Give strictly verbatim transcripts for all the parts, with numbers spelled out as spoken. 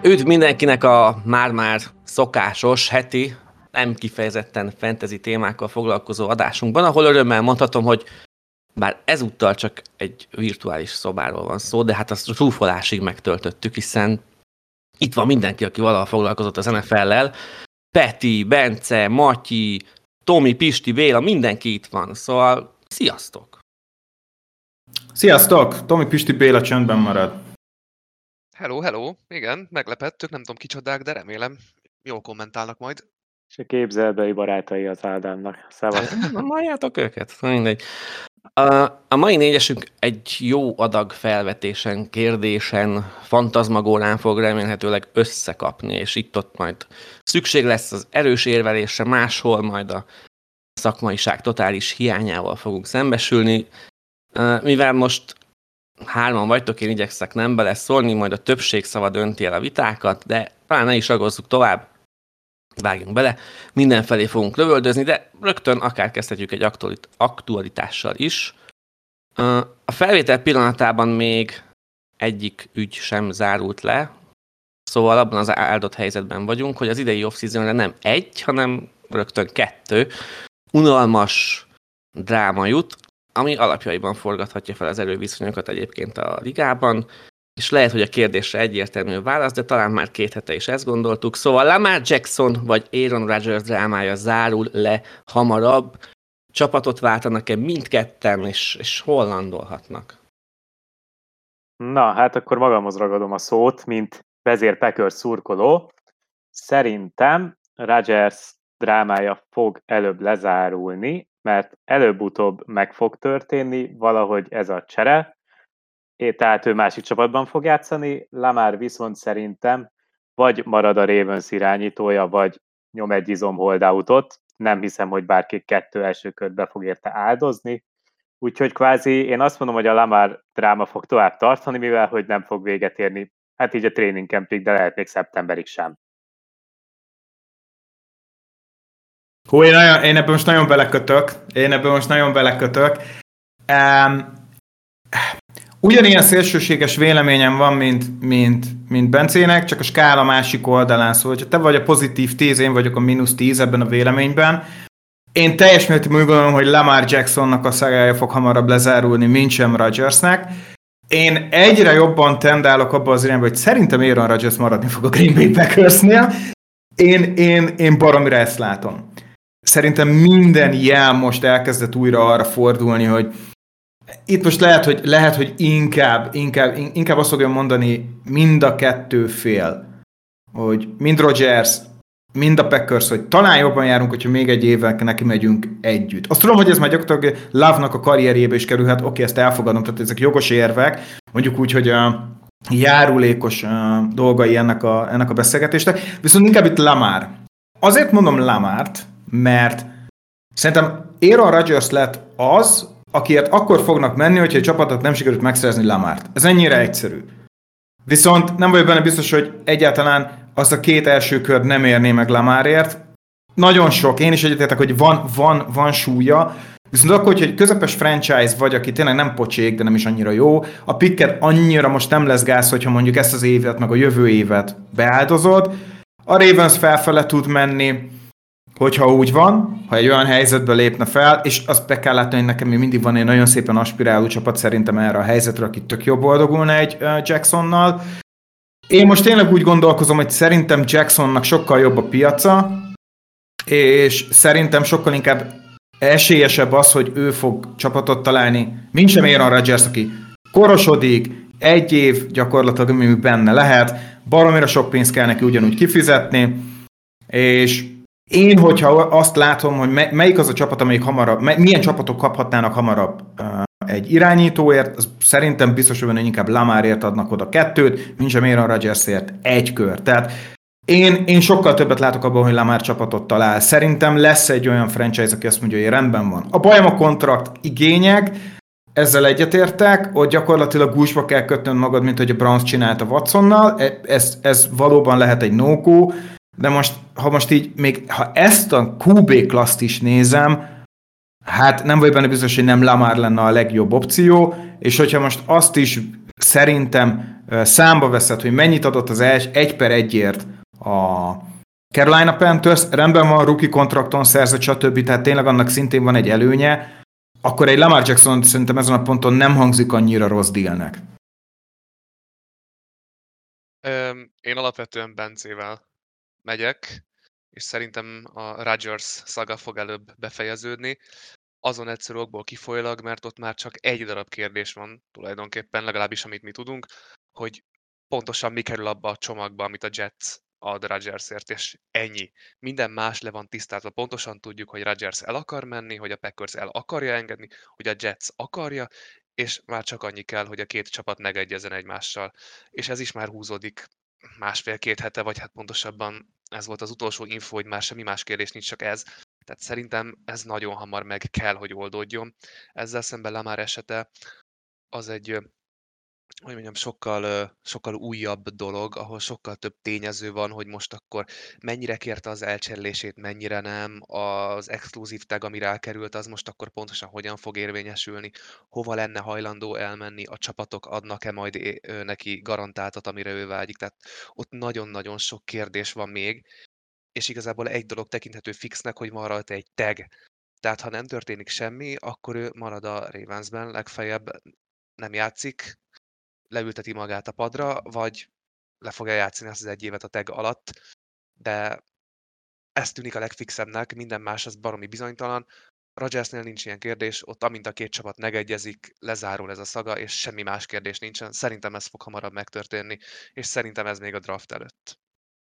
Üdv mindenkinek a már-már szokásos heti, nem kifejezetten fantasy témákkal foglalkozó adásunkban, ahol örömmel mondhatom, hogy bár ezúttal csak egy virtuális szobáról van szó, de hát azt zsúfolásig megtöltöttük, hiszen itt van mindenki, aki valaha foglalkozott az en ef el-lel. Peti, Bence, Matyi, Tomi, Pisti, Béla, mindenki itt van. Szóval sziasztok! Sziasztok! Tomi, Pisti, Béla csöndben marad. Hello, hello. Igen, meglepettük, nem tudom kicsodák, de remélem jól kommentálnak majd. És a képzelbeli barátai az Ádámnak. Szevasz. Na, halljátok őket? Mindegy. A, a mai négyesünk egy jó adag felvetésen, kérdésen, fantazmagórán fog remélhetőleg összekapni, és itt-ott majd szükség lesz az erős érvelésre, máshol majd a szakmaiság totális hiányával fogunk szembesülni. Mivel most hárman vagytok, én igyekszek nem beleszólni, majd a többség szava dönti el a vitákat, de talán ne is ragozzuk tovább, vágjunk bele, mindenfelé fogunk lövöldözni, de rögtön akár kezdhetjük egy aktualit- aktualitással is. A felvétel pillanatában még egyik ügy sem zárult le, szóval abban az áldott helyzetben vagyunk, hogy az idei off-seasonre nem egy, hanem rögtön kettő unalmas dráma jut, ami alapjaiban forgathatja fel az erőviszonyokat egyébként a ligában, és lehet, hogy a kérdésre egyértelmű válasz, de talán már két hete is ezt gondoltuk. Szóval Lamar Jackson vagy Aaron Rodgers drámája zárul le hamarabb. Csapatot váltanak-e mindketten, és, és hol landolhatnak? Na, hát akkor magamhoz ragadom a szót, mint vezér Packers szurkoló. Szerintem Rodgers drámája fog előbb lezárulni, mert előbb-utóbb meg fog történni valahogy ez a csere, tehát ő másik csapatban fog játszani, Lamar viszont szerintem vagy marad a Ravens irányítója, vagy nyom egy izom holdoutot, nem hiszem, hogy bárki kettő első kört be fog érte áldozni, úgyhogy kvázi én azt mondom, hogy a Lamar dráma fog tovább tartani, mivel hogy nem fog véget érni, hát így a training campig, de lehet még szeptemberig sem. Hú, én, nagyon, én ebben most nagyon belekötök. Én ebben most nagyon belekötök. Um, ugyanilyen szélsőséges véleményem van, mint, mint, mint Bencének, csak a skála másik oldalán. Szóval, ha te vagy a pozitív tíz, én vagyok a mínusz tíz ebben a véleményben. Én teljes mértékben úgy gondolom, hogy Lamar Jacksonnak a szágája fog hamarabb lezárulni, mint sem Rodgersnek. Én egyre jobban tendálok abba az irányba, hogy szerintem Aaron Rodgers maradni fog a Green Bay Packersnél. Én, én, én baromira ezt látom. Szerintem minden jel most elkezdett újra arra fordulni, hogy itt most lehet, hogy, lehet, hogy inkább, inkább, inkább azt fogja mondani mind a kettő fél, hogy mind Rodgers, mind a Packers, hogy talán jobban járunk, hogyha még egy évvel neki megyünk együtt. Azt tudom, hogy ez már gyakorlatilag Love-nak a karrierjébe is kerülhet, oké, ezt elfogadom, tehát ezek jogos érvek, mondjuk úgy, hogy a járulékos a dolgai ennek a, ennek a beszélgetésnek, viszont inkább itt Lamar. Azért mondom Lamart, mert szerintem Aaron Rodgers lett az, akiért akkor fognak menni, hogyha egy csapatnak nem sikerült megszerezni Lamart. Ez ennyire egyszerű. Viszont nem vagyok benne biztos, hogy egyáltalán azt a két első kört nem érné meg Lamarért. Nagyon sok, én is egyetértek, hogy van, van, van súlya, viszont akkor, hogy egy közepes franchise vagy, aki tényleg nem pocsék, de nem is annyira jó, a picket annyira most nem lesz gáz, hogyha mondjuk ezt az évet, meg a jövő évet beáldozod. A Ravens felfele tud menni, hogyha úgy van, ha egy olyan helyzetbe lépne fel, és azt be kell látni, hogy nekem még mindig van egy nagyon szépen aspiráló csapat szerintem erre a helyzetre, aki tök jobb boldogulna egy Jacksonnal. Én most tényleg úgy gondolkozom, hogy szerintem Jacksonnak sokkal jobb a piaca, és szerintem sokkal inkább esélyesebb az, hogy ő fog csapatot találni, mint sem Aaron Rodgers, aki korosodik, egy év gyakorlatilag ami benne lehet, baromira sok pénzt kell neki ugyanúgy kifizetni, és én, hogyha azt látom, hogy melyik az a csapat, amelyik hamarabb, milyen csapatok kaphatnának hamarabb uh, egy irányítóért, az szerintem biztos, hogy inkább Lamarért adnak oda kettőt, mint sem Aaron Rodgersért egy kör. Tehát én, én sokkal többet látok abban, hogy Lamar csapatot talál. Szerintem lesz egy olyan franchise, aki azt mondja, hogy rendben van. A bajom a kontrakt igények, ezzel egyetértek, hogy gyakorlatilag gúzsba kell kötnöd magad, mint hogy a Browns csinálta Watsonnal, ez, ez valóban lehet egy no-go, de most, ha most így, még ha ezt a kú bé klasszt is nézem, hát nem vagy benne biztos, hogy nem Lamar lenne a legjobb opció, és hogyha most azt is szerintem számba veszed, hogy mennyit adott az egy per egyért a Carolina Panthers, rendben van, rookie kontrakton szerzett, stb. Tehát tényleg annak szintén van egy előnye, akkor egy Lamar Jackson szerintem ezen a ponton nem hangzik annyira rossz dealnek. Öm, én alapvetően Bencével megyek, és szerintem a Rodgers szaga fog előbb befejeződni. Azon egyszerű okból kifolyólag, mert ott már csak egy darab kérdés van tulajdonképpen, legalábbis amit mi tudunk, hogy pontosan mi kerül abba a csomagba, amit a Jets ad Rodgersért, és ennyi. Minden más le van tisztázva. Pontosan tudjuk, hogy Rodgers el akar menni, hogy a Packers el akarja engedni, hogy a Jets akarja, és már csak annyi kell, hogy a két csapat megegyezzen egymással. És ez is már húzódik másfél-két hete, vagy hát pontosabban ez volt az utolsó info, hogy már semmi más kérdés nincs, csak ez. Tehát szerintem ez nagyon hamar meg kell, hogy oldódjon. Ezzel szemben Lamar esete az egy, ö, hogy mondjam, sokkal, ö, sokkal újabb dolog, ahol sokkal több tényező van, hogy most akkor mennyire kérte az elcserélését, mennyire nem, az exkluzív tag, ami rákerült, az most akkor pontosan hogyan fog érvényesülni, hova lenne hajlandó elmenni, a csapatok adnak-e majd é- ö, neki garantáltat, amire ő vágyik. Tehát ott nagyon-nagyon sok kérdés van még, és igazából egy dolog tekinthető fixnek, hogy van rajta egy tag. Tehát ha nem történik semmi, akkor ő marad a Ravensben, legfeljebb nem játszik, leülteti magát a padra, vagy le fogja játszani azt az egy évet a tag alatt, de ez tűnik a legfixebbnek, minden más az baromi bizonytalan. Rodgersnél nincs ilyen kérdés, ott amint a két csapat megegyezik, lezárul ez a szaga, és semmi más kérdés nincsen. Szerintem ez fog hamarabb megtörténni, és szerintem ez még a draft előtt.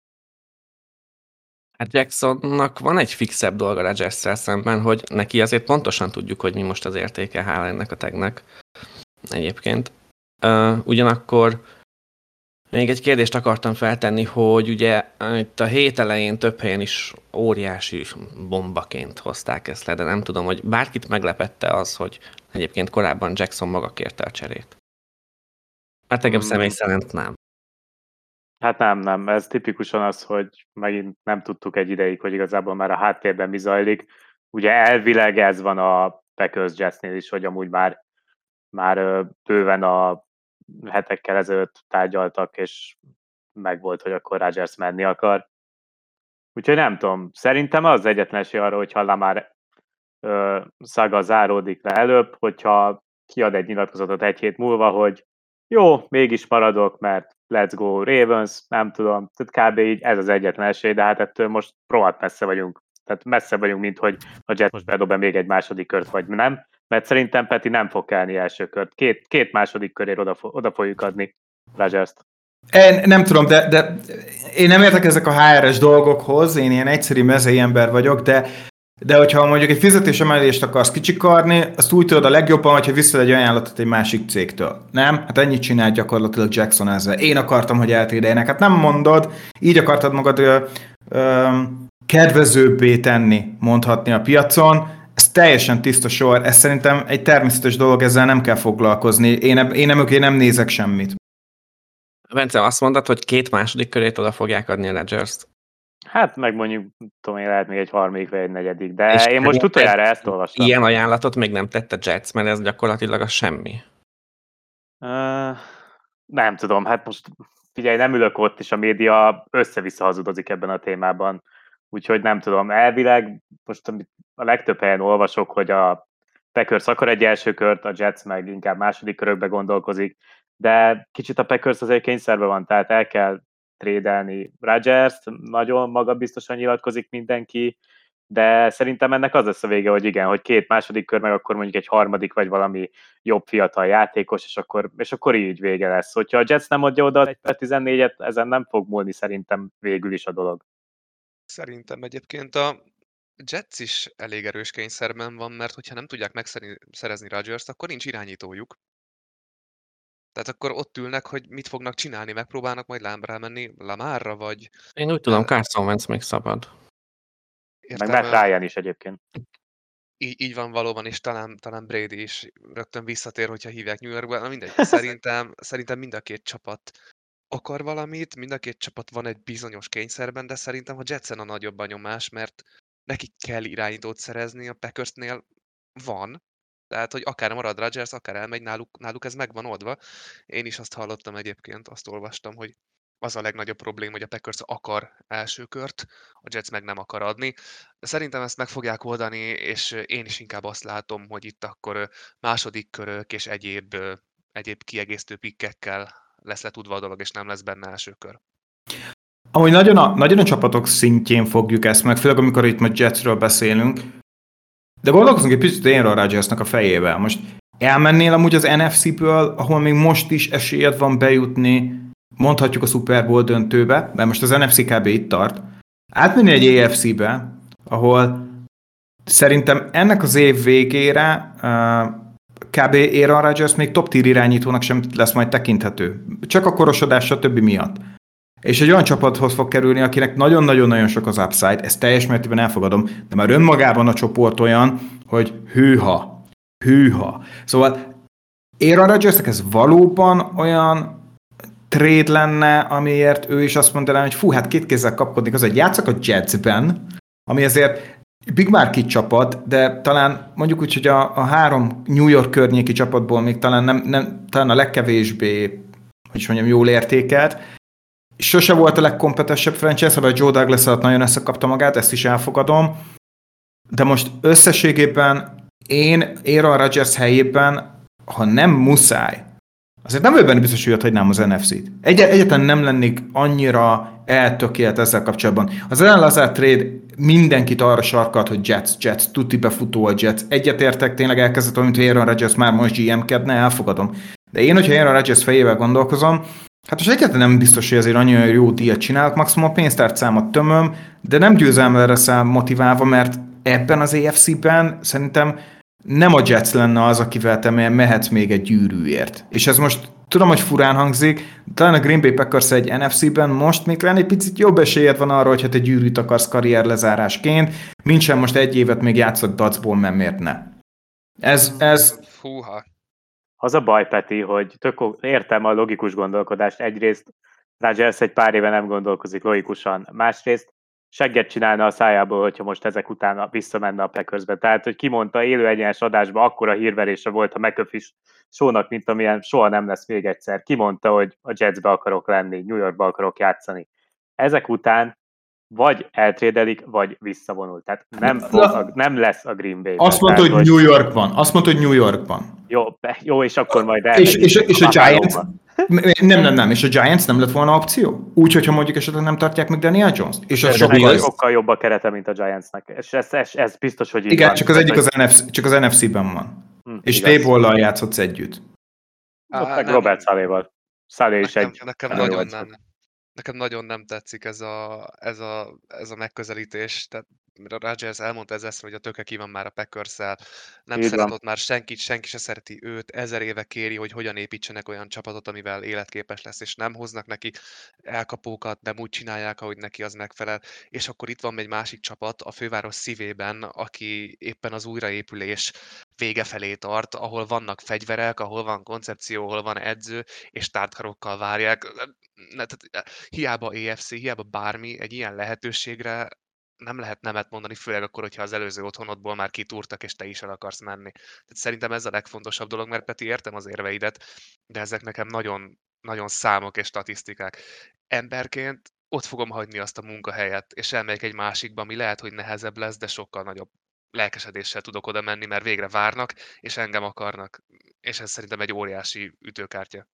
Hát Jacksonnak van egy fixebb dolga Rodgers-szel szemben, hogy neki azért pontosan tudjuk, hogy mi most az értéke, hála ennek a tagnek egyébként. Uh, ugyanakkor még egy kérdést akartam feltenni, hogy ugye itt a hét elején több helyen is óriási bombaként hozták ezt le, de nem tudom, hogy bárkit meglepette az, hogy egyébként korábban Jackson maga kérte a cserét. Hát nekem Mm. személy szerint nem. Hát nem, nem. Ez tipikusan az, hogy megint nem tudtuk egy ideig, hogy igazából már a háttérben mi zajlik. Ugye elvileg ez van a Packers Jetsnél is, hogy amúgy már, már ö, bőven a hetekkel ezelőtt tárgyaltak, és megvolt, hogy akkor Rodgers menni akar. Úgyhogy nem tudom. Szerintem az egyetlen esély arra, hogyha Lamar ö, szaga záródik le előbb, hogyha kiad egy nyilatkozatot egy hét múlva, hogy jó, mégis maradok, mert let's go Ravens, nem tudom, tehát kb. Így ez az egyetlen esély, de hát ettől most rohadt messze vagyunk. Tehát messze vagyunk, mint hogy a Jets bedob még egy második kört, vagy nem, mert szerintem Peti nem fog kelni első kört. Két, két második körért oda, oda fogjuk adni Rodgers-t. Én nem tudom, de, de én nem értek ezek a há er es dolgokhoz, én ilyen egyszerű mezei ember vagyok, de de hogyha mondjuk egy fizetésemelést akarsz kicsikarni, azt úgy tudod a legjobban, hogyha visszad egy ajánlatot egy másik cégtől. Nem? Hát ennyit csinált gyakorlatilag Jackson ezzel. Én akartam, hogy eltrédeljenek. Hát nem mondod, így akartad magad ö, ö, kedvezőbbé tenni, mondhatni a piacon. Ez teljesen tiszta sor, ez szerintem egy természetes dolog, ezzel nem kell foglalkozni. Én, én, nem, én nem nézek semmit. Bence, azt mondod, hogy két második körét oda fogják adni a Rodgers-t? Hát meg mondjuk, tudom én, lehet még egy harmadik vagy egy negyedik, de és én most utoljára ezt olvastam. Ilyen ajánlatot még nem tette Jets, mert ez gyakorlatilag a semmi. Uh, nem tudom, hát most figyelj, nem ülök ott, és a média össze-vissza hazudozik ebben a témában, úgyhogy nem tudom, elvileg most amit a legtöbb helyen olvasok, hogy a Packers akar egy első kört, a Jets meg inkább második körökbe gondolkozik, de kicsit a Packers azért kényszerben van, tehát el kell trédelni Rodgers-t, nagyon magabiztosan nyilatkozik mindenki, de szerintem ennek az lesz a vége, hogy igen, hogy két második kör, meg akkor mondjuk egy harmadik, vagy valami jobb fiatal játékos, és akkor, és akkor így vége lesz. Hogyha a Jets nem adja oda egy per tizennégyet, ezen nem fog múlni szerintem végül is a dolog. Szerintem egyébként a Jets is elég erős kényszerben van, mert hogyha nem tudják megszerezni Rodgers-t, akkor nincs irányítójuk. Tehát akkor ott ülnek, hogy mit fognak csinálni, megpróbálnak majd rámenni Lamarra, vagy... Én úgy tudom, el- Carson Wentz még szabad. Meg Matt Ryan is egyébként. Így, így van valóban, és talán, talán Brady is rögtön visszatér, hogyha hívják New Yorkba. Na mindegy, szerintem, szerintem mind a két csapat akar valamit, mind a két csapat van egy bizonyos kényszerben, de szerintem a Jetsen a nagyobb a nyomás, mert nekik kell irányítót szerezni, a Packersnél van, Tehát, hogy akár marad Rodgers, akár elmegy, náluk, náluk ez meg van oldva. Én is azt hallottam egyébként, azt olvastam, hogy az a legnagyobb probléma, hogy a Packers akar első kört, a Jets meg nem akar adni. De szerintem ezt meg fogják oldani, és én is inkább azt látom, hogy itt akkor második körök és egyéb, egyéb kiegészítő pikkekkel lesz letudva a dolog, és nem lesz benne első kör. Amúgy nagyon a, nagyon a csapatok szintjén fogjuk ezt meg, főleg amikor itt majd Jetsről beszélünk, de gondolkozunk egy picit Aaron Rodgersnak a fejével. Most elmennél amúgy az en ef cé-ből, ahol még most is esélyed van bejutni, mondhatjuk a Super Bowl döntőbe, mert most az en ef cé kb. Itt tart. Átmenni egy á ef cé-be, ahol szerintem ennek az év végére uh, kb. Aaron Rodgers még top tier irányítónak sem lesz majd tekinthető. Csak a korosodás, stb. Miatt. És egy olyan csapathoz fog kerülni, akinek nagyon-nagyon-nagyon sok az upside, ezt teljes mértékben elfogadom, de már önmagában a csoport olyan, hogy hűha, hűha. Szóval Aaron Rodgersnek ez valóban olyan trade lenne, amiért ő is azt mondaná, hogy fú, hát két kézzel kapkodnék, az egy játszak a Jetsben, ami azért big market csapat, de talán mondjuk úgy, hogy a, a három New York környéki csapatból még talán, nem, nem, talán a legkevésbé, hogy is mondjam, jól értékelt. Sose volt a legkompetensebb franchise, vagy Joe Douglas alatt nagyon összekapta magát, ezt is elfogadom. De most összességében én Aaron Rodgers helyében, ha nem muszáj, azért nem vagyok benne biztos, hogy ott hagynám az en ef cét. Egy- egyáltalán nem lennék annyira eltökélt ezzel kapcsolatban. Az Ellen Lazard trade mindenkit arra sarkalt, hogy Jets, Jets, tuti befutó a Jets. Egyetértek, tényleg elkezdett, mint hogy Aaron Rodgers már most gé em-kedne, elfogadom. De én, hogyha Aaron Rodgers fejével gondolkozom, hát most egyáltalán nem biztos, hogy ezért annyira jó díjat csinálok, maximum a pénztárcámat tömöm, de nem győzelem erre szám motiválva, mert ebben az á ef cé-ben szerintem nem a Jets lenne az, akivel te mehetsz még egy gyűrűért. És ez most tudom, hogy furán hangzik, talán a Green Bay Packers egy en ef cé-ben most még talán egy picit jobb esélyed van arra, hogy te gyűrűt akarsz karrier lezárásként, mint sem most egy évet még játszott dacból, mert miért ne. Ez, ez... Fúha. Az a baj, Peti, hogy tök értem a logikus gondolkodást. Egyrészt Rodgers egy pár éve nem gondolkozik logikusan. Másrészt segget csinálna a szájából, hogyha most ezek után visszamenne a Packersbe. Tehát, hogy kimondta élő egyenes adásban, akkora hírverése volt a McAfee show-nak, mint amilyen soha nem lesz még egyszer. Kimondta, hogy a Jetsbe akarok lenni, New Yorkba akarok játszani. Ezek után vagy eltrédelik, vagy visszavonul. Tehát nem, fog a, nem lesz a Green Bay. Azt mondta, hogy New Yorkban. Azt mondta, hogy New Yorkban. Jó, jó, és akkor majd el. És, és, és a Giants? Nem, nem, nem. És a Giants nem lett volna opció? Úgy, hogyha mondjuk esetleg nem tartják meg Daniel Jones-t? És az sokkal, jobb. sokkal jobb a kerete, mint a Giantsnek. És ez, ez, ez biztos, hogy így igen, van. csak az egyik az, en ef cé, csak az en ef cé-ben van. Hm, és Dable-lal játszhatsz együtt. Á, meg Robert Saleh-val. Saleh is nekem, egy... Nekem nagyon nem. Nekem nagyon nem tetszik ez a, ez a, ez a megközelítés. Tehát Rodgers elmondta ez hogy a töke ki van már a Packers-szel. Nem Így szeret van. Ott már senkit, senki se szereti őt. Ezer éve kéri, hogy hogyan építsenek olyan csapatot, amivel életképes lesz, és nem hoznak neki elkapókat, nem úgy csinálják, ahogy neki az megfelel. És akkor itt van egy másik csapat a főváros szívében, aki éppen az újraépülés vége felé tart, ahol vannak fegyverek, ahol van koncepció, ahol van edző, és tártkarokkal várják. Ne, tehát, hiába á ef cé, hiába bármi, egy ilyen lehetőségre nem lehet nemet mondani, főleg akkor, hogyha az előző otthonodból már kitúrtak, és te is el akarsz menni. Tehát szerintem ez a legfontosabb dolog, mert Peti, értem az érveidet, de ezek nekem nagyon, nagyon számok és statisztikák. Emberként ott fogom hagyni azt a munkahelyet, és elmegyek egy másikba, ami lehet, hogy nehezebb lesz, de sokkal nagyobb lelkesedéssel tudok oda menni, mert végre várnak, és engem akarnak. És ez szerintem egy óriási ütőkártya.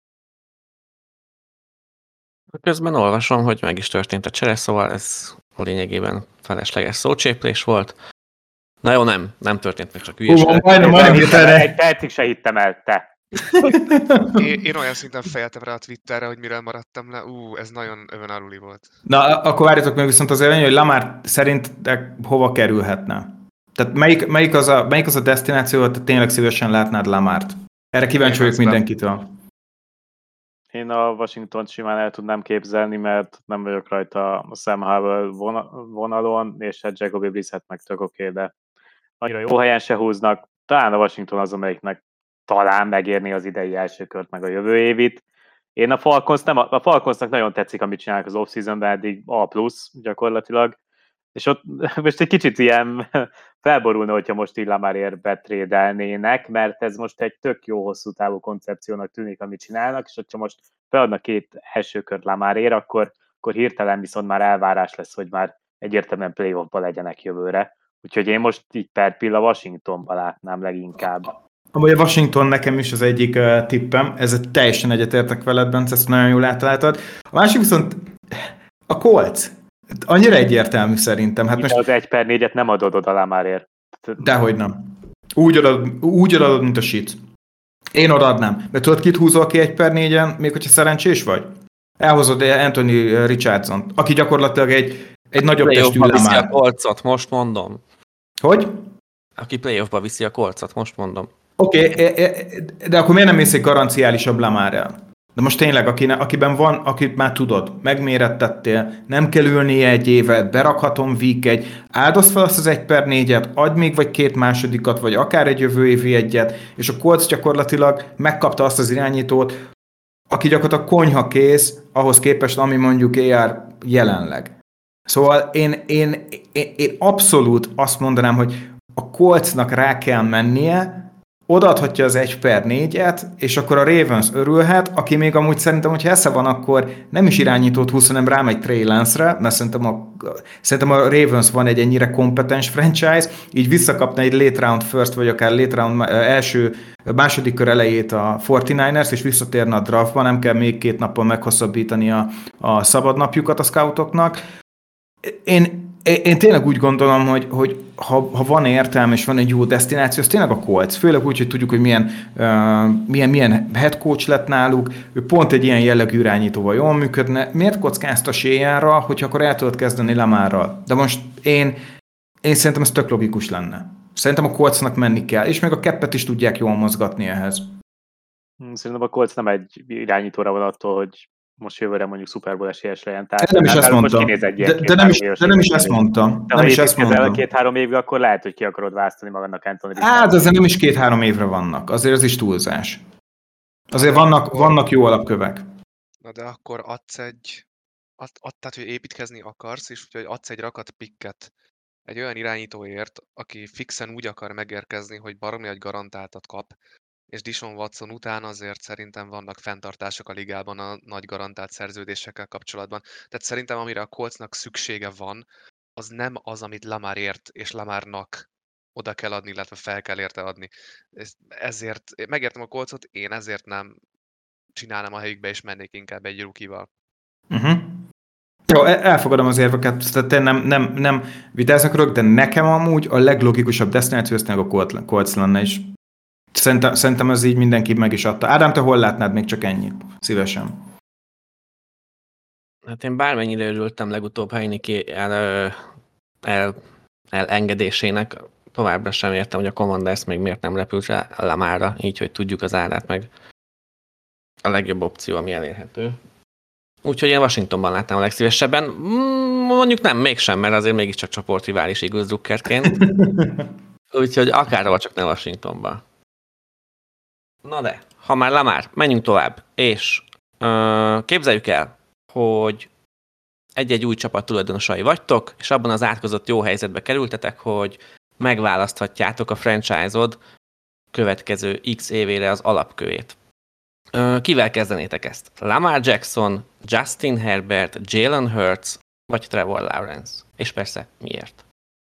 Közben olvasom, hogy meg is történt a csere, szóval ez a lényegében felesleges szócséplés volt. Na jó, nem, nem történt meg, csak ügyeskedek. Majdnem, majdnem, egy percig se hittem el, te. Én, én olyan szinten fejeltem rá a Twitterre, hogy mire maradtam le, ú, ez nagyon önaluli volt. Na, akkor várjatok meg viszont az élmény, hogy Lamar szerint hova kerülhetne? Tehát melyik, melyik, az a, melyik az a desztináció, hogy tényleg szívesen látnád Lamart? Erre kíváncsi vagyok mindenkitől. Én a Washington simán el tudnám képzelni, mert nem vagyok rajta a Sam Howell vonalon, és hát Jacoby Brissett meg tök oké, okay, de annyira jó helyen se húznak. Talán a Washington az, amelyiknek talán megérni az idei első kört, meg a jövő évit. Én a Falcons nem, a Falconsnak nagyon tetszik, amit csinálnak az off-seasonben, eddig A plusz gyakorlatilag. És ott most egy kicsit ilyen felborulna, hogyha most így Lamarért betrédelnének, mert ez most egy tök jó hosszú távú koncepciónak tűnik, amit csinálnak, és hogyha most feladnak két első kört Lamarért, akkor, akkor hirtelen viszont már elvárás lesz, hogy már egyértelműen playoffba legyenek jövőre. Úgyhogy én most így per pilla Washingtonba látnám leginkább. Amúgy a Washington nekem is az egyik uh, tippem, ez teljesen egyetértek veled, Bence, ezt nagyon jól átaláltad. A másik viszont a Colts. Annyira egyértelmű szerintem. Hát most... Az egy per négyet nem adod oda Lamarért. Dehogy nem. Úgy adod, úgy adod, mint a shit. Én odaadnám. Mert tudod, kit húzol ki egy per négyen, még hogyha szerencsés vagy? Elhozod Anthony Richardson, aki gyakorlatilag egy, egy nagyobb testű Lamar. Viszi a Coltsot, most mondom. Hogy? Aki playoffba viszi a Coltsot, most mondom. Oké, okay, de akkor miért nem mész egy garanciálisabb Lamarrel? De most tényleg, akiben van, akit már tudod, megmérettettél, nem kell ülnie egy évet, berakhatom week egy, áldozd fel azt az egy per négyet, adj még vagy két másodikat, vagy akár egy jövő évi egyet, és a Colts gyakorlatilag megkapta azt az irányítót, aki gyakorlatilag konyha kész, ahhoz képest, ami mondjuk á er jelenleg. Szóval én, én, én, én abszolút azt mondanám, hogy a Coltsnak rá kell mennie, odaadhatja az egy per négyet, és akkor a Ravens örülhet, aki még amúgy szerintem, hogyha esze van, akkor nem is irányítót húsz, hanem rámegy Trey Lance-re, mert szerintem a, szerintem a Ravens van egy ennyire kompetens franchise, így visszakapna egy late round first, vagy akár late round első, második kör elejét a negyvenkilencesek, és visszatérne a draftba, nem kell még két nappal meghosszabbítani a, a szabadnapjukat a scoutoknak. Én Én tényleg úgy gondolom, hogy, hogy ha, ha van értelme és van egy jó desztináció, az tényleg a Colts. Főleg úgy, hogy tudjuk, hogy milyen, uh, milyen, milyen head coach lett náluk, ő pont egy ilyen jellegű irányítóval jól működne. Miért kockáztas éjjára, hogyha akkor el tudod kezdeni Lamarral? De most én, én szerintem ez tök logikus lenne. Szerintem a Coltsnak menni kell, és még a keppet is tudják jól mozgatni ehhez. Szerintem a Colts nem egy irányítóra van attól, hogy most jövőre mondjuk Super Bowl esélyes legyen. Tehát nem is ezt mondtam. De, de nem is, de nem is ezt mondtam. De nem ha is ezt mondtam. két-három évig, akkor lehet, hogy ki akarod választani magadnak Anthony Richardson. Hát azért nem is két-három évre vannak. Azért ez is túlzás. Azért vannak, vannak jó alapkövek. Na de akkor adsz egy... Ad, ad, tehát, hogy építkezni akarsz, és hogy adsz egy rakat pikket egy olyan irányítóért, aki fixen úgy akar megérkezni, hogy baromi egy garantáltat kap, és Deshaun Watson után azért szerintem vannak fenntartások a ligában a nagy garantált szerződésekkel kapcsolatban. Tehát szerintem amire a Coltsnak szüksége van, az nem az, amit Lamarért és Lamarnak oda kell adni, illetve fel kell érte adni. Ezért, megértem a Coltsot, én ezért nem csinálnám a helyükbe, és mennék inkább egy rookie-val. Uh-huh. Jó, elfogadom az érveket, tehát nem, nem, nem vitáznak rög, de nekem amúgy a leglogikusabb desztináció, aztán a Colts lenne is. Szerintem, szerintem ez így mindenki meg is adta. Ádám, te hol látnád még csak ennyit? Szívesen. Hát én bármennyire örültem legutóbb Heinicke el, el, elengedésének, továbbra sem értem, hogy a Commanders még miért nem repült rá Lamarra, így, hogy tudjuk az árát, meg a legjobb opció, ami elérhető. Úgyhogy én Washingtonban látnám a legszívesebben. Mondjuk nem, mégsem, mert azért mégiscsak csoportrivális Eagles drukkerként. Úgyhogy akárhol, csak ne Washingtonban. Na de, ha már Lamar, menjünk tovább. És uh, képzeljük el, hogy egy-egy új csapat tulajdonosai vagytok, és abban az átkozott jó helyzetbe kerültetek, hogy megválaszthatjátok a franchise-od következő X évére az alapkövét. Uh, kivel kezdenétek ezt? Lamar Jackson, Justin Herbert, Jalen Hurts, vagy Trevor Lawrence? És persze, miért?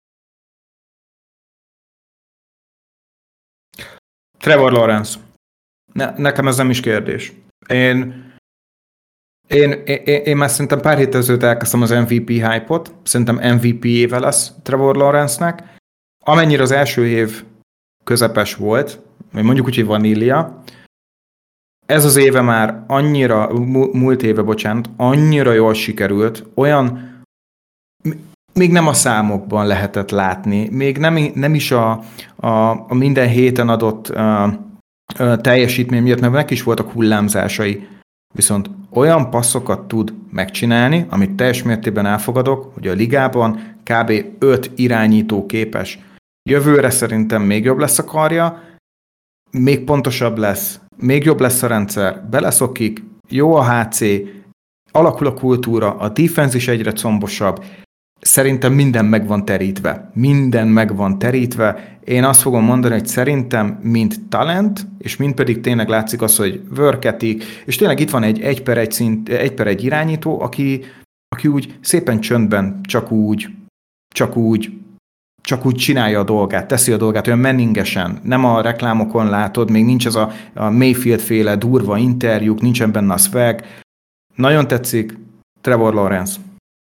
Trevor Lawrence. Ne, nekem ez nem is kérdés. Én, én, én, én már szerintem pár héttel ezelőtt elkezdtem az em vé pé hype-ot. Szerintem em vé pé éve lesz Trevor Lawrence-nek. Amennyire az első év közepes volt, mondjuk úgy, hogy vanília, ez az éve már annyira, múlt éve, bocsánat, annyira jól sikerült, olyan, még nem a számokban lehetett látni, még nem, nem is a, a, a minden héten adott a, a teljesítmény miatt, mert neki is voltak hullámzásai, viszont olyan passzokat tud megcsinálni, amit teljes mértékben elfogadok, hogy a ligában kb. öt irányító képes. Jövőre szerintem még jobb lesz a karja, még pontosabb lesz, még jobb lesz a rendszer, beleszokik, jó a há cé, alakul a kultúra, a defense is egyre combosabb. szerintem minden meg van terítve. Minden meg van terítve. Én azt fogom mondani, hogy szerintem mind talent, és mind pedig tényleg látszik az, hogy work ethic, és tényleg itt van egy egy per egy, szint, egy per egy irányító, aki, aki úgy szépen csöndben csak úgy, csak úgy, csak úgy csinálja a dolgát, teszi a dolgát, olyan menningesen. Nem a reklámokon látod, még nincs az a, a Mayfield-féle durva interjúk, nincsen benne a swag. Nagyon tetszik, Trevor Lawrence.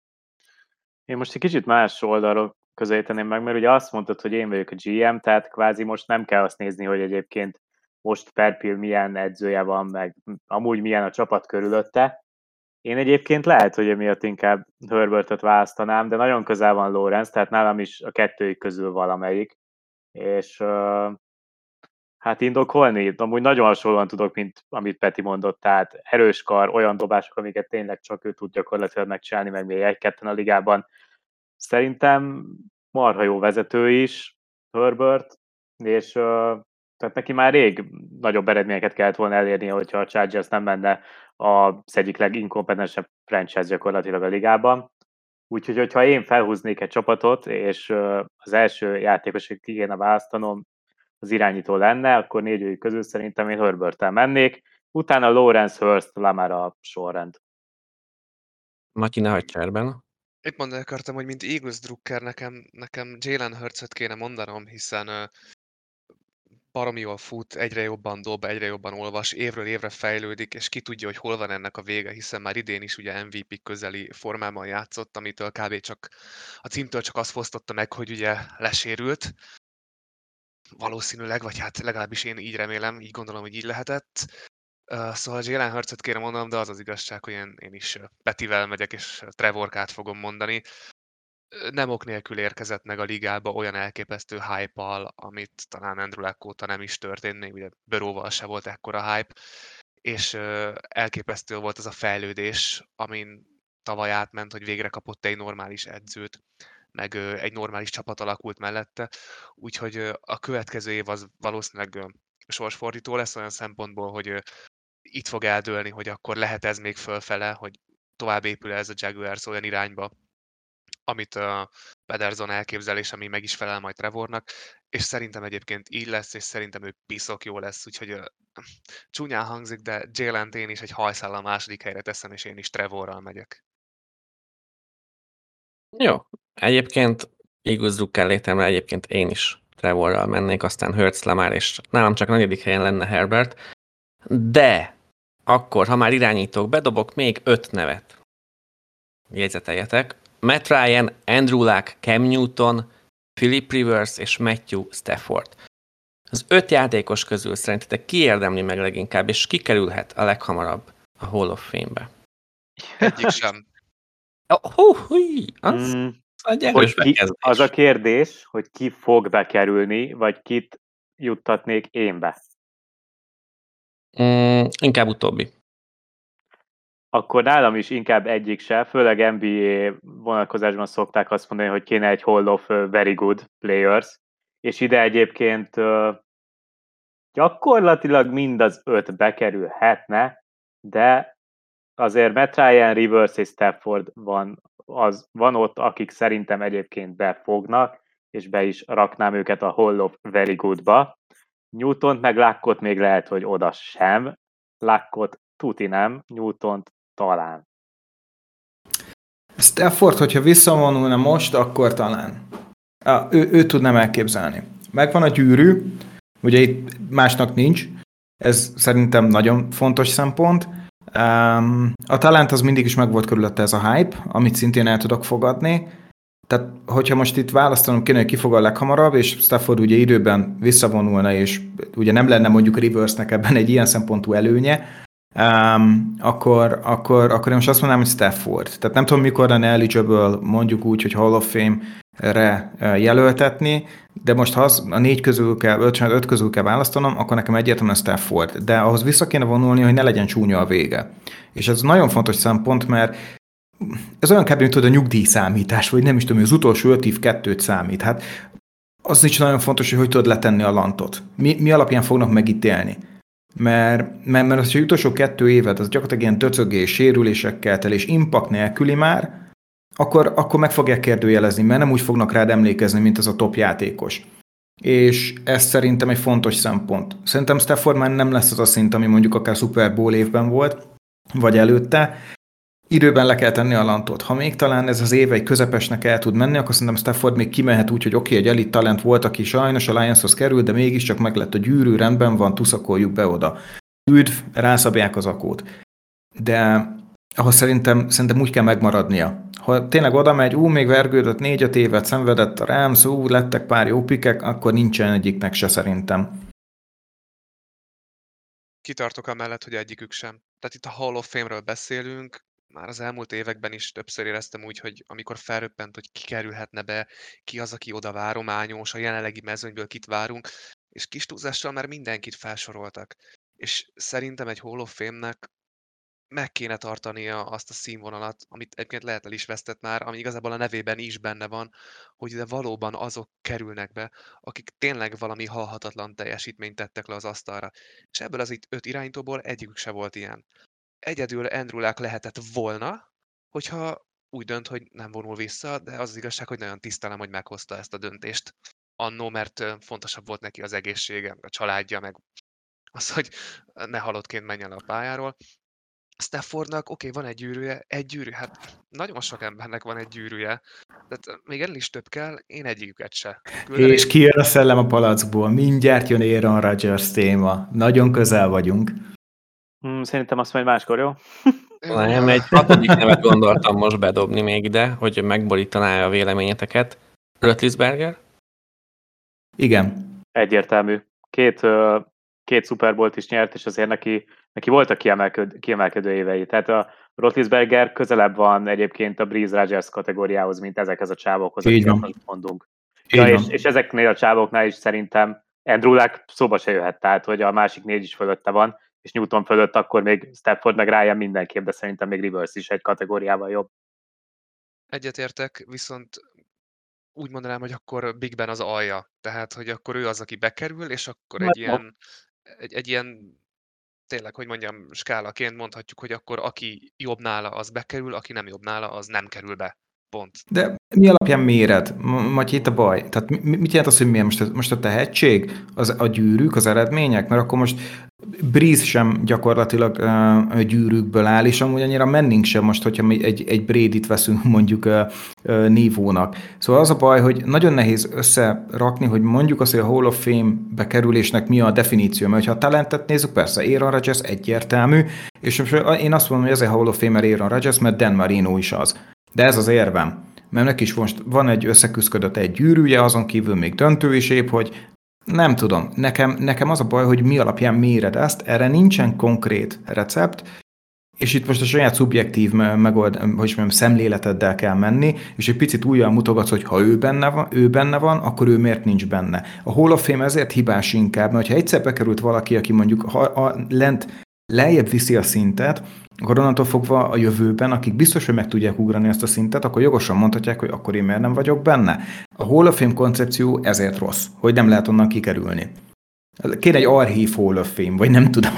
Én most egy kicsit más oldalról közelíteném meg, mert ugye azt mondtad, hogy én vagyok a gé em, tehát kvázi most nem kell azt nézni, hogy egyébként most per pill milyen edzője van, meg amúgy milyen a csapat körülötte. Én egyébként lehet, hogy emiatt inkább Herbertet választanám, de nagyon közel van Lawrence, tehát nálam is a kettőjük közül valamelyik. És uh, hát indokolni, amúgy nagyon hasonlóan tudok, mint amit Peti mondott, tehát erős kar, olyan dobások, amiket tényleg csak ő tud gyakorlatilag megcsinálni, meg még egy-ketten a ligában. Szerintem marha jó vezető is, Herbert, és uh, tehát neki már rég nagyobb eredményeket kellett volna elérnie, hogyha a Chargers nem menne az egyik leginkompetensebb franchise gyakorlatilag a ligában. Úgyhogy, hogyha én felhúznék egy csapatot, és uh, az első játékos, hogy ki kéne választanom, az irányító lenne, akkor négyőjük közül szerintem én Herberttel mennék, utána Lawrence, Hurst, Lamar a sorrend. Matyi, ne hagyd cserben. Itt mondani akartam, hogy mint Eagles drukker nekem, nekem Jalen Hurts-öt kéne mondanom, hiszen uh, baromi jól fut, egyre jobban dob, egyre jobban olvas, évről évre fejlődik, és ki tudja, hogy hol van ennek a vége, hiszen már idén is ugye em vé pé közeli formában játszott, amitől kb. Csak a címtől csak azt fosztotta meg, hogy ugye lesérült. Valószínűleg, vagy hát legalábbis én így remélem, így gondolom, hogy így lehetett. Uh, szóval Jalen Hurts-öt kéne mondanom, de az az igazság, hogy én, én is Petivel megyek, és Trevorkát fogom mondani. Nem ok nélkül érkezett meg a ligába olyan elképesztő hype-al, amit talán Andrew Luck óta nem is történt, még ugye Burrowval se volt ekkora hype, és uh, elképesztő volt az a fejlődés, amin tavaly átment, hogy végre kapott egy normális edzőt, meg uh, egy normális csapat alakult mellette, úgyhogy uh, a következő év az valószínűleg uh, sorsfordító lesz olyan szempontból, hogy uh, itt fog eldőlni, hogy akkor lehet ez még fölfele, hogy tovább épül ez a Jaguars olyan irányba, amit a Pederson elképzelés, ami meg is felel majd Trevornak, és szerintem egyébként így lesz, és szerintem ő piszok jó lesz, úgyhogy uh, csúnyán hangzik, de Jalen-t én is egy hajszállal második helyre teszem, és én is Trevorral megyek. Jó. Egyébként Eagles drukker létemre egyébként én is Trevorral mennék, aztán Hurts, Lamar, és nálam csak a negyedik helyen lenne Herbert. De akkor, ha már irányítók, bedobok még öt nevet. Jegyzeteljetek. Matt Ryan, Andrew Luck, Cam Newton, Philip Rivers és Matthew Stafford. Az öt játékos közül szerintetek ki érdemli meg leginkább, és ki kerülhet a leghamarabb a Hall of Fame-be? Egyik sem. Oh, hú, hú, az, Mm, az, hogy ki, az a kérdés, hogy ki fog bekerülni, vagy kit juttatnék én be. Mm, inkább utóbbi. Akkor nálam is inkább egyik se, főleg en bé á vonatkozásban szokták azt mondani, hogy kéne egy Hall of Very Good Players, és ide egyébként uh, gyakorlatilag mind az öt bekerülhetne, de azért Matt Ryan, Rivers és Stafford van, az, van ott, akik szerintem egyébként befognak, és be is raknám őket a Hall of Very Good-ba. Newtont meg Luckot még lehet, hogy oda sem. Luckot tuti nem, Newtont talán. Stafford, hogyha visszavonulna most, akkor talán. Ah, ő, ő tudnám elképzelni. Megvan a gyűrű, ugye itt másnak nincs, ez szerintem nagyon fontos szempont. Um, a talent az mindig is megvolt körülötte ez a hype, amit szintén el tudok fogadni. Tehát, hogyha most itt választanom kéne, hogy ki fog a leghamarabb, és Stafford ugye időben visszavonulna, és ugye nem lenne mondjuk Riversnek ebben egy ilyen szempontú előnye, Um, akkor, akkor, akkor én most azt mondanám, hogy Stafford. Tehát nem tudom, mikor lenne eligible, mondjuk úgy, hogy Hall of Fame-re jelöltetni, de most ha az, a négy közül kell, öt, öt közül kell választanom, akkor nekem egyértelműen Stafford. De ahhoz vissza kéne vonulni, hogy ne legyen csúnya a vége. És ez nagyon fontos szempont, mert ez olyan kb. Mint tudod, a nyugdíjszámítás, vagy nem is tudom, az utolsó öt év kettőt számít. Hát az is nagyon fontos, hogy hogy tudod letenni a lantot. Mi, mi alapján fognak megítélni? Mert, mert, mert az utolsó kettő évet az gyakorlatilag ilyen döcögés, sérülésekkel tel és impact nélküli már, akkor, akkor meg fogják kérdőjelezni, mert nem úgy fognak rád emlékezni, mint az a top játékos. És ez szerintem egy fontos szempont. Szerintem Stafford már nem lesz az a szint, ami mondjuk akár Super Bowl évben volt, vagy előtte. Időben le kell tenni a lantot. Ha még talán ez az év egy közepesnek el tud menni, akkor szerintem Stafford még kimehet úgy, hogy oké, okay, egy elit talent volt, aki sajnos a Lionshoz került, de mégiscsak meg lett a gyűrű, rendben van, tuszakoljuk be oda. Üdv, rászabják az akót. De ahhoz szerintem, szerintem úgy kell megmaradnia. Ha tényleg oda megy, ú, még vergődött, négy-öt évet szenvedett a Rams, ú, lettek pár jó pikek, akkor nincsen egyiknek se szerintem. Kitartok amellett, hogy egyikük sem. Tehát itt a Hall of Fame-ről beszélünk, már az elmúlt években is többször éreztem úgy, hogy amikor felröppent, hogy ki kerülhetne be, ki az, aki oda várományos, a jelenlegi mezőnyből kit várunk, és kis túlzással már mindenkit felsoroltak. És szerintem egy Hall of Fame-nek meg kéne tartania azt a színvonalat, amit egyébként lehet el is vesztett már, ami igazából a nevében is benne van, hogy ide valóban azok kerülnek be, akik tényleg valami halhatatlan teljesítményt tettek le az asztalra. És ebből az itt öt irányítóból egyikük se volt ilyen. Egyedül Andrew Luck lehetett volna, hogyha úgy dönt, hogy nem vonul vissza, de az, az igazság, hogy nagyon tisztelem, hogy meghozta ezt a döntést annó, mert fontosabb volt neki az egészsége, a családja, meg az, hogy ne halottként menjen a pályáról. Staffordnak, oké, okay, van egy gyűrűje, egy gyűrű, hát nagyon sok embernek van egy gyűrűje, tehát még ennél is több kell, én egyiküket se. Küldeném... És kijön a szellem a palackból, mindjárt jön Aaron Rodgers téma, nagyon közel vagyunk. Hmm, szerintem azt majd máskor, jó? Nem, egy hatodik nevet gondoltam most bedobni még ide, hogy megborítaná a véleményeteket. Roethlisberger? Igen. Egyértelmű. Két, két Super Bowl-t is nyert, és azért neki, neki voltak kiemelkedő, kiemelkedő évei. Tehát a Roethlisberger közelebb van egyébként a Breeze Rodgers kategóriához, mint ezekhez a csávokhoz, akik mondunk. Ja, és, és ezeknél a csávoknál is szerintem Andrew Luck szóba se jöhet, tehát hogy a másik négy is fölötte van, és Newton fölött akkor még Stafford meg Ryan mindenképp, de szerintem még Rivers is egy kategóriával jobb. Egyetértek, viszont úgy mondanám, hogy akkor Big Ben az alja. Tehát, hogy akkor ő az, aki bekerül, és akkor egy ilyen, egy, egy ilyen tényleg, hogy mondjam, skálaként mondhatjuk, hogy akkor aki jobb nála, az bekerül, aki nem jobb nála, az nem kerül be. Pont. De mi alapján méred? Matyi, itt a baj. Tehát mit jelent az, hogy milyen most, most a tehetség, az, a gyűrűk, az eredmények? Mert akkor most Breeze sem gyakorlatilag uh, gyűrűkből áll, és amúgy annyira Manning sem most, hogyha mi egy, egy Bradyt veszünk mondjuk uh, uh, nívónak. Szóval az a baj, hogy nagyon nehéz összerakni, hogy mondjuk azt, hogy a Hall of Fame bekerülésnek mi a definíció. Mert ha a talentet nézzük, persze Aaron Rodgers egyértelmű, és most én azt mondom, hogy ezért Hall of Famer Aaron Rodgers, mert Dan Marino is az. De ez az érvem. Mert neki is most van egy összeküszködött egy gyűrűje, azon kívül még döntő is épp, hogy nem tudom, nekem, nekem az a baj, hogy mi alapján méred ezt, erre nincsen konkrét recept, és itt most a saját szubjektív megold, hogy mondjam, szemléleteddel kell menni, és egy picit újjal mutogatsz, hogy ha ő benne van, ő benne van, akkor ő miért nincs benne. A Hall of Fame ezért hibás inkább, mert ha egyszer bekerült valaki, aki mondjuk ha a lent lejjebb viszi a szintet, akkor onnantól fogva a jövőben, akik biztos, hogy meg tudják ugrani ezt a szintet, akkor jogosan mondhatják, hogy akkor én miért nem vagyok benne. A Hall of Fame koncepció ezért rossz, hogy nem lehet onnan kikerülni. Kéne egy archív Hall of Fame, vagy nem tudom.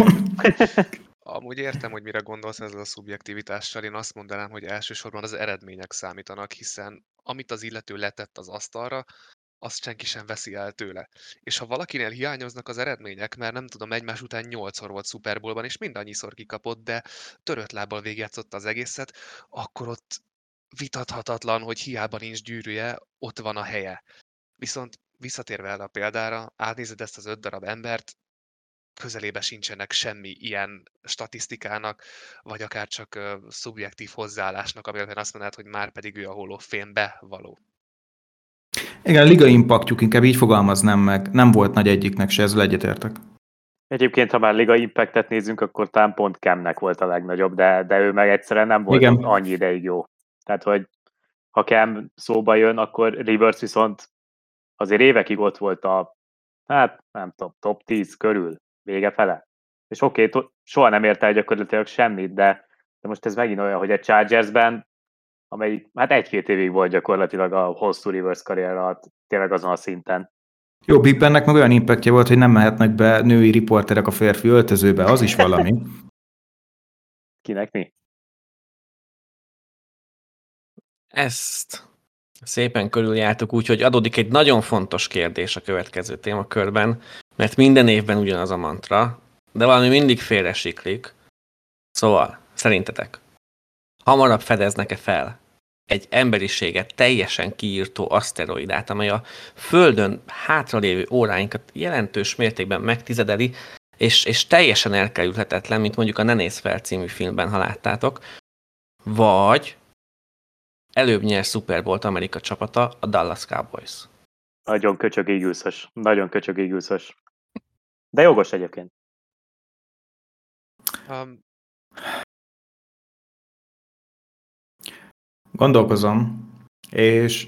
Amúgy értem, hogy mire gondolsz ezzel a szubjektivitással. Én azt mondanám, hogy elsősorban az eredmények számítanak, hiszen amit az illető letett az asztalra, azt senki sem veszi el tőle. És ha valakinél hiányoznak az eredmények, mert nem tudom, egymás után nyolcszor volt Super Bowlban, és mindannyiszor kikapott, de törött lábbal végigjátszott az egészet, akkor ott vitathatatlan, hogy hiába nincs gyűrűje, ott van a helye. Viszont visszatérve el a példára, átnézed ezt az öt darab embert, közelébe sincsenek semmi ilyen statisztikának, vagy akár csak uh, szubjektív hozzáállásnak, amiben azt mondanád, hogy már pedig ő a Hall of Fame-be való. Igen, a liga impaktjuk, inkább így fogalmaznám meg. Nem volt nagy egyiknek se, ezzel egyetértek. Egyébként, ha már liga impactet nézzünk, akkor talán pont Camnek volt a legnagyobb, de, de ő meg egyszerűen nem volt Igen. annyi ideig jó. Tehát, hogy ha Cam szóba jön, akkor Rivers viszont azért évekig ott volt a, hát nem tudom, top tíz körül, vége fele. És oké, okay, soha nem ért el gyakorlatilag semmit, de, de most ez megint olyan, hogy a Chargersben, amely hát egy-két évig volt gyakorlatilag a hosszú Rivers karrier alatt, tényleg azon a szinten. Jó, Big Bennek meg olyan impactja volt, hogy nem mehetnek be női riporterek a férfi öltözőbe, az is valami. Kinek mi? Ezt szépen körüljártuk, úgyhogy adódik egy nagyon fontos kérdés a következő témakörben, mert minden évben ugyanaz a mantra, de valami mindig félresiklik. Szóval, szerintetek, hamarabb fedeznek-e fel egy emberiséget teljesen kiírtó aszteroidát, amely a Földön hátralévő óráinkat jelentős mértékben megtizedeli, és, és teljesen elkerülhetetlen, mint mondjuk a Ne nézz fel című filmben, ha láttátok, vagy előbb nyer Super Bowl-t Amerika csapata, a Dallas Cowboys. Nagyon köcsög Eagles-ös. Nagyon köcsög Eagles-ös. De jogos egyébként. Um, Gondolkozom, és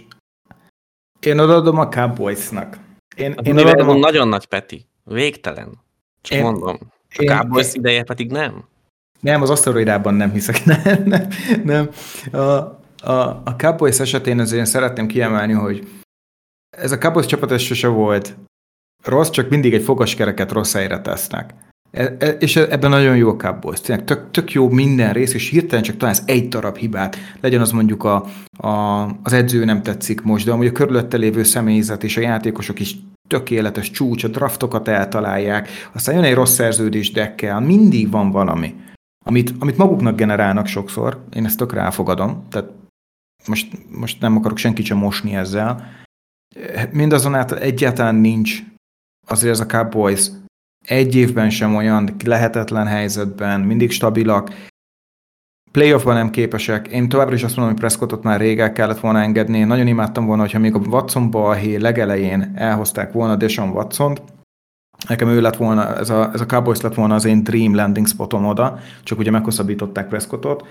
én odaadom a Cowboysnak. Én, Az én univerzum odaadom a... nagyon nagy, Peti. Végtelen. Csak Én- mondom. A én- Cowboys én- ideje pedig nem. Nem, az aszteroidában nem hiszek. Nem, nem, nem. A, a, a Cowboys esetén azért én szeretném kiemelni, hogy ez a Cowboys csapat ez sose volt rossz, csak mindig egy fogaskereket rossz helyre tesznek. E, e, és ebben nagyon jó a Cowboys. Tényleg tök, tök jó minden rész, és hirtelen csak találsz egy darab hibát. Legyen az mondjuk a, a, az edző nem tetszik most, de amúgy a körülötte lévő személyzet és a játékosok is tökéletes csúcs, a draftokat eltalálják, aztán jön egy rossz szerződés dekkel, mindig van valami, amit, amit maguknak generálnak sokszor, én ezt tökre elfogadom, tehát most, most nem akarok senkit sem mosni ezzel. Mindazonáltal egyáltalán nincs azért ez a Cowboys egy évben sem olyan lehetetlen helyzetben, mindig stabilak, playoffban nem képesek. Én továbbra is azt mondom, hogy Prescottot már rég el kellett volna engedni. Én nagyon imádtam volna, hogyha még a Watson balhé legelején elhozták volna Deshaun Watsont. Nekem ő lett volna, ez a, ez a Cowboys lett volna az én dream landing spotom oda, csak ugye meghosszabbították Prescottot.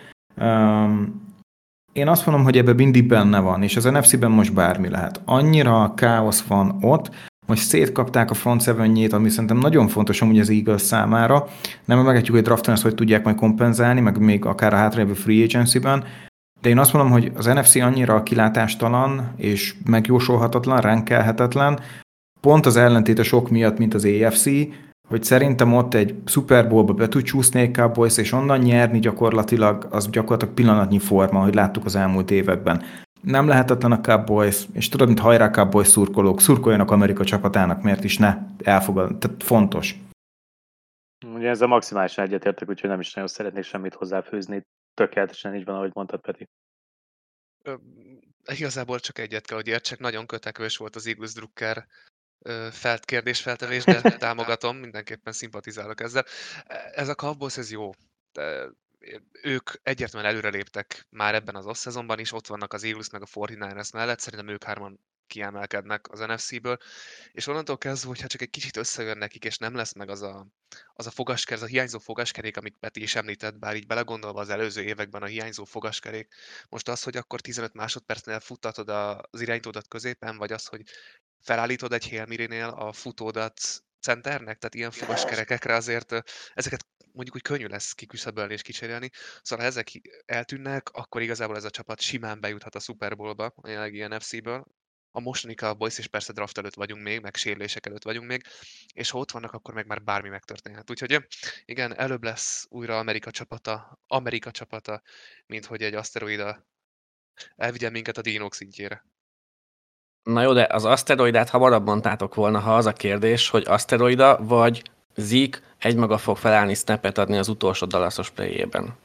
Um, én azt mondom, hogy ebben mindig benne van, és az en ef cé-ben most bármi lehet. Annyira káosz van ott, most szétkapták a front seven-jét, ami szerintem nagyon fontos amúgy az Eagles számára. Nem megetjük, hogy drafton ezt hogy tudják majd kompenzálni, meg még akár a hátralévő free agency-ben. De én azt mondom, hogy az en ef cé annyira kilátástalan és megjósolhatatlan, ránkelhetetlen, pont az ellentétes ok miatt, mint az á ef cé, hogy szerintem ott egy Super Bowl-ba be tud csúszni egy Cowboys, és onnan nyerni gyakorlatilag, az gyakorlatilag pillanatnyi forma, hogy láttuk az elmúlt években. Nem lehetetlen a Cowboys, és tudod, mint hajrá Cowboys szurkolók, szurkoljanak Amerika csapatának, mert is ne elfogad, tehát fontos. Ugye ezzel maximálisan egyetértek, úgyhogy nem is nagyon szeretnék semmit hozzáfűzni. Tökéletesen így van, ahogy mondtad, Peti. ö, igazából csak egyet kell, hogy értsek, nagyon kötekvős volt az Eagles Drucker ö, felt kérdésfeltevés, de támogatom, mindenképpen szimpatizálok ezzel. Ez a Cowboys, ez jó. De ők egyértelműen előreléptek már ebben az off-szezonban is, ott vannak az Eagles meg a negyvenkilences mellett, szerintem ők hárman kiemelkednek az en ef cé-ből, és onnantól kezdve, hogyha csak egy kicsit összejön nekik, és nem lesz meg az a, az a fogasker, az a hiányzó fogaskerék, amit Peti is említett, bár így belegondolva az előző években a hiányzó fogaskerék, most az, hogy akkor tizenöt másodpercnél futtatod az irányítódat középen, vagy az, hogy felállítod egy Hail Mary-nél a futódat centernek, tehát ilyen fogaskerekekre azért ö, ezeket mondjuk úgy könnyű lesz kiküszöbölni és kicserélni. Szóval ha ezek eltűnnek, akkor igazából ez a csapat simán bejuthat a Super Bowl-ba, a jelenlegi en ef cé-ből. A mostani Cowboys, és persze draft előtt vagyunk még, meg sérülések előtt vagyunk még, és ha ott vannak, akkor meg már bármi megtörténhet. Úgyhogy igen, előbb lesz újra Amerika csapata, Amerika csapata, mint hogy egy aszteroida elvigyen minket a dínók szintjére. Na jó, de az aszteroidát hamarabb mondtátok volna, ha az a kérdés, hogy aszteroida vagy Zeke egymaga fog felállni snappet adni az utolsó Dallasos play-ében.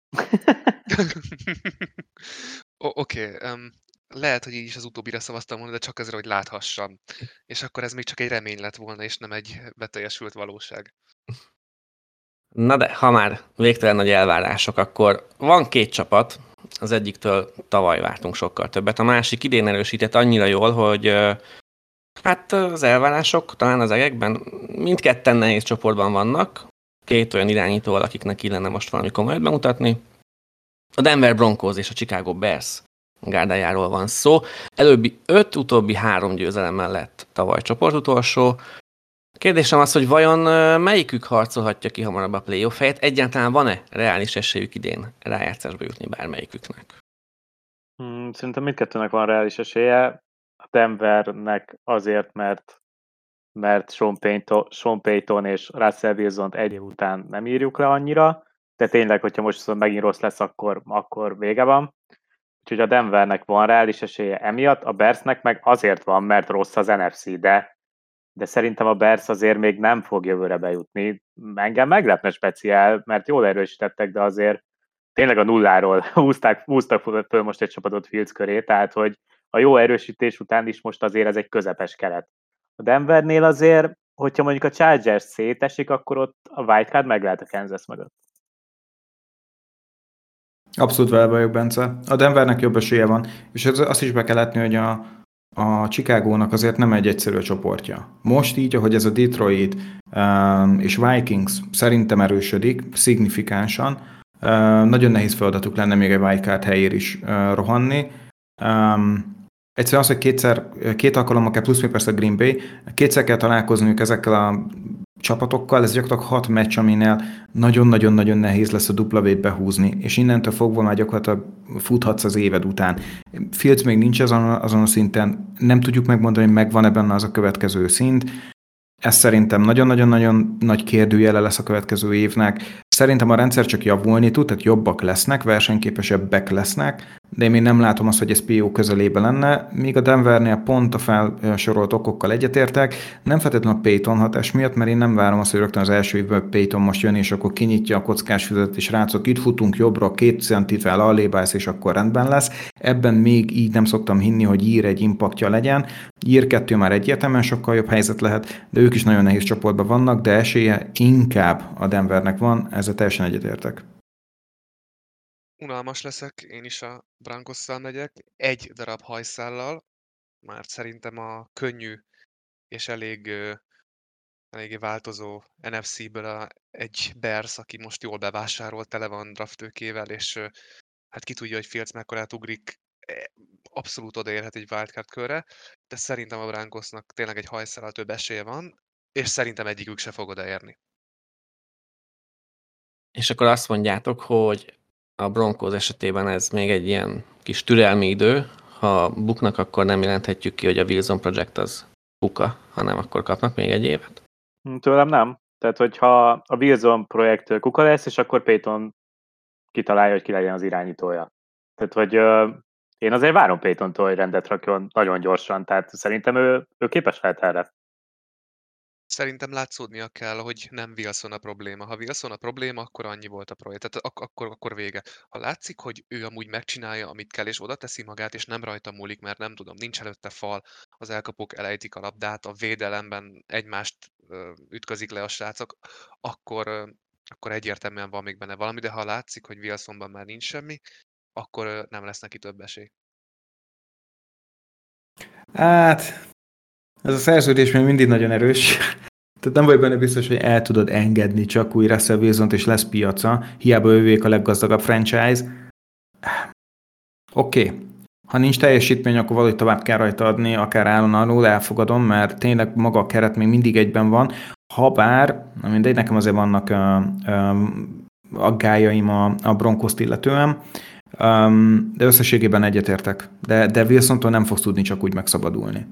Oké, okay, um, lehet, hogy így is az utóbbira szavaztam volna, de csak ezért, hogy láthassam. És akkor ez még csak egy remény lett volna, és nem egy beteljesült valóság. Na de, ha már végtelen nagy elvárások, akkor van két csapat, az egyiktől tavaly vártunk sokkal többet, a másik idén erősített annyira jól, hogy hát az elvárások talán az egekben mindketten nehéz csoportban vannak, két olyan irányítóval, akiknek illene most valami komolyat bemutatni. A Denver Broncos és a Chicago Bears gárdájáról van szó. Előbbi öt, utóbbi három győzelemmel lett tavaly csoportutolsó. Kérdésem az, hogy vajon melyikük harcolhatja ki hamarabb a playoff helyet? Egyáltalán van-e reális esélyük idén rájátszásba jutni bármelyiküknek? Hmm, szerintem mindkettőnek van reális esélye. A Denvernek azért, mert, mert Sean Payton, Sean Payton és Russell Wilson-t egy év után nem írjuk le annyira, de tényleg, hogyha most megint rossz lesz, akkor, akkor vége van. Úgyhogy a Denvernek van reális esélye emiatt, a Bearsnek meg azért van, mert rossz az en ef cé, de, de szerintem a Bears azért még nem fog jövőre bejutni. Engem meglepne speciál, mert jól erősítettek, de azért tényleg a nulláról húzták, húztak föl most egy csapatot Fields köré, tehát hogy a jó erősítés után is most azért ez egy közepes keret. A Denvernél azért, hogyha mondjuk a Chargers szétesik, akkor ott a wildcard meg lehet a Kansas mögött. Abszolút vele vagyok, Bence. A Denvernek jobb esélye van, és ez, azt is be kell látni, hogy a, a Chicagónak azért nem egy egyszerű csoportja. Most így, ahogy ez a Detroit um, és Vikings szerintem erősödik, szignifikánsan, uh, nagyon nehéz feladatuk lenne még egy wildcard helyér is uh, rohanni. Um, Egyszerűen az, hogy kétszer, két alkalommal kell, plusz még persze a Green Bay, kétszer kell találkozniuk ezekkel a csapatokkal, ez gyakorlatilag hat meccs, aminél nagyon-nagyon-nagyon nehéz lesz a dupla vét behúzni, és innentől fogva már gyakorlatilag futhatsz az éved után. Fields még nincs azon, azon a szinten, nem tudjuk megmondani, hogy megvan-e benne az a következő szint. Ez szerintem nagyon-nagyon-nagyon nagy kérdőjele lesz a következő évnek. Szerintem a rendszer csak javulni tud, tehát jobbak lesznek, versenyképesebbek lesznek, de én még nem látom azt, hogy ez pé o közelébe lenne, míg a Denvernél pont a felsorolt okokkal egyetértek, nem feltétlenül a Peyton hatás miatt, mert én nem várom azt, hogy rögtön az első évben Peyton most jön, és akkor kinyitja a kockás füzetet, és rácok, itt futunk jobbra, két centivel allébálsz, és akkor rendben lesz. Ebben még így nem szoktam hinni, hogy ír egy impaktja legyen. Ír kettő már egyértelműen sokkal jobb helyzet lehet, de ők is nagyon nehéz csoportban vannak, de esélye inkább a Denvernek van, ezzel teljesen egyetértek. Unalmas leszek, én is a Brancosszal megyek, egy darab hajszállal, mert szerintem a könnyű és elég, ö, eléggé változó en ef cé-ből a, egy Bears, aki most jól bevásárolt, tele van drafttőkével, és ö, hát ki tudja, hogy Fields mekkorát ugrik, e, abszolút odaérhet egy wildcard körre, de szerintem a Broncosnak tényleg egy hajszállal több esélye van, és szerintem egyikük se fog odaérni. És akkor azt mondjátok, hogy a Broncos esetében ez még egy ilyen kis türelmi idő. Ha buknak, akkor nem jelenthetjük ki, hogy a Wilson Project az buka, hanem akkor kapnak még egy évet? Tőlem nem. Tehát, hogyha a Wilson projekt kuka lesz, és akkor Peyton kitalálja, hogy ki legyen az irányítója. Tehát, hogy uh, én azért várom Peytontól, hogy rendet rakjon nagyon gyorsan, tehát szerintem ő, ő képes lehet erre. Szerintem látszódnia kell, hogy nem Wilson a probléma. Ha Wilson a probléma, akkor annyi volt a projekt. Tehát ak- akkor, akkor vége. Ha látszik, hogy ő amúgy megcsinálja, amit kell, és oda teszi magát, és nem rajta múlik, mert nem tudom, nincs előtte fal, az elkapók elejtik a labdát, a védelemben egymást ö, ütközik le a srácok, akkor, ö, akkor egyértelműen van még benne valami, de ha látszik, hogy Wilsonban már nincs semmi, akkor ö, nem lesz neki több esély. Hát, ez a szerződés még mindig nagyon erős. Tehát nem vagy benne biztos, hogy el tudod engedni csak új Russell Wilsont, és lesz piaca. Hiába ővék a leggazdagabb franchise. Oké. Okay. Ha nincs teljesítmény, akkor valahogy tovább kell rajta adni, akár állon alul, elfogadom, mert tényleg maga a keret még mindig egyben van. Habár, na mindegy, nekem azért vannak uh, uh, aggájaim a, a Broncoszt illetően, um, de összességében egyetértek. De, de Wilsontól nem fogsz tudni csak úgy megszabadulni.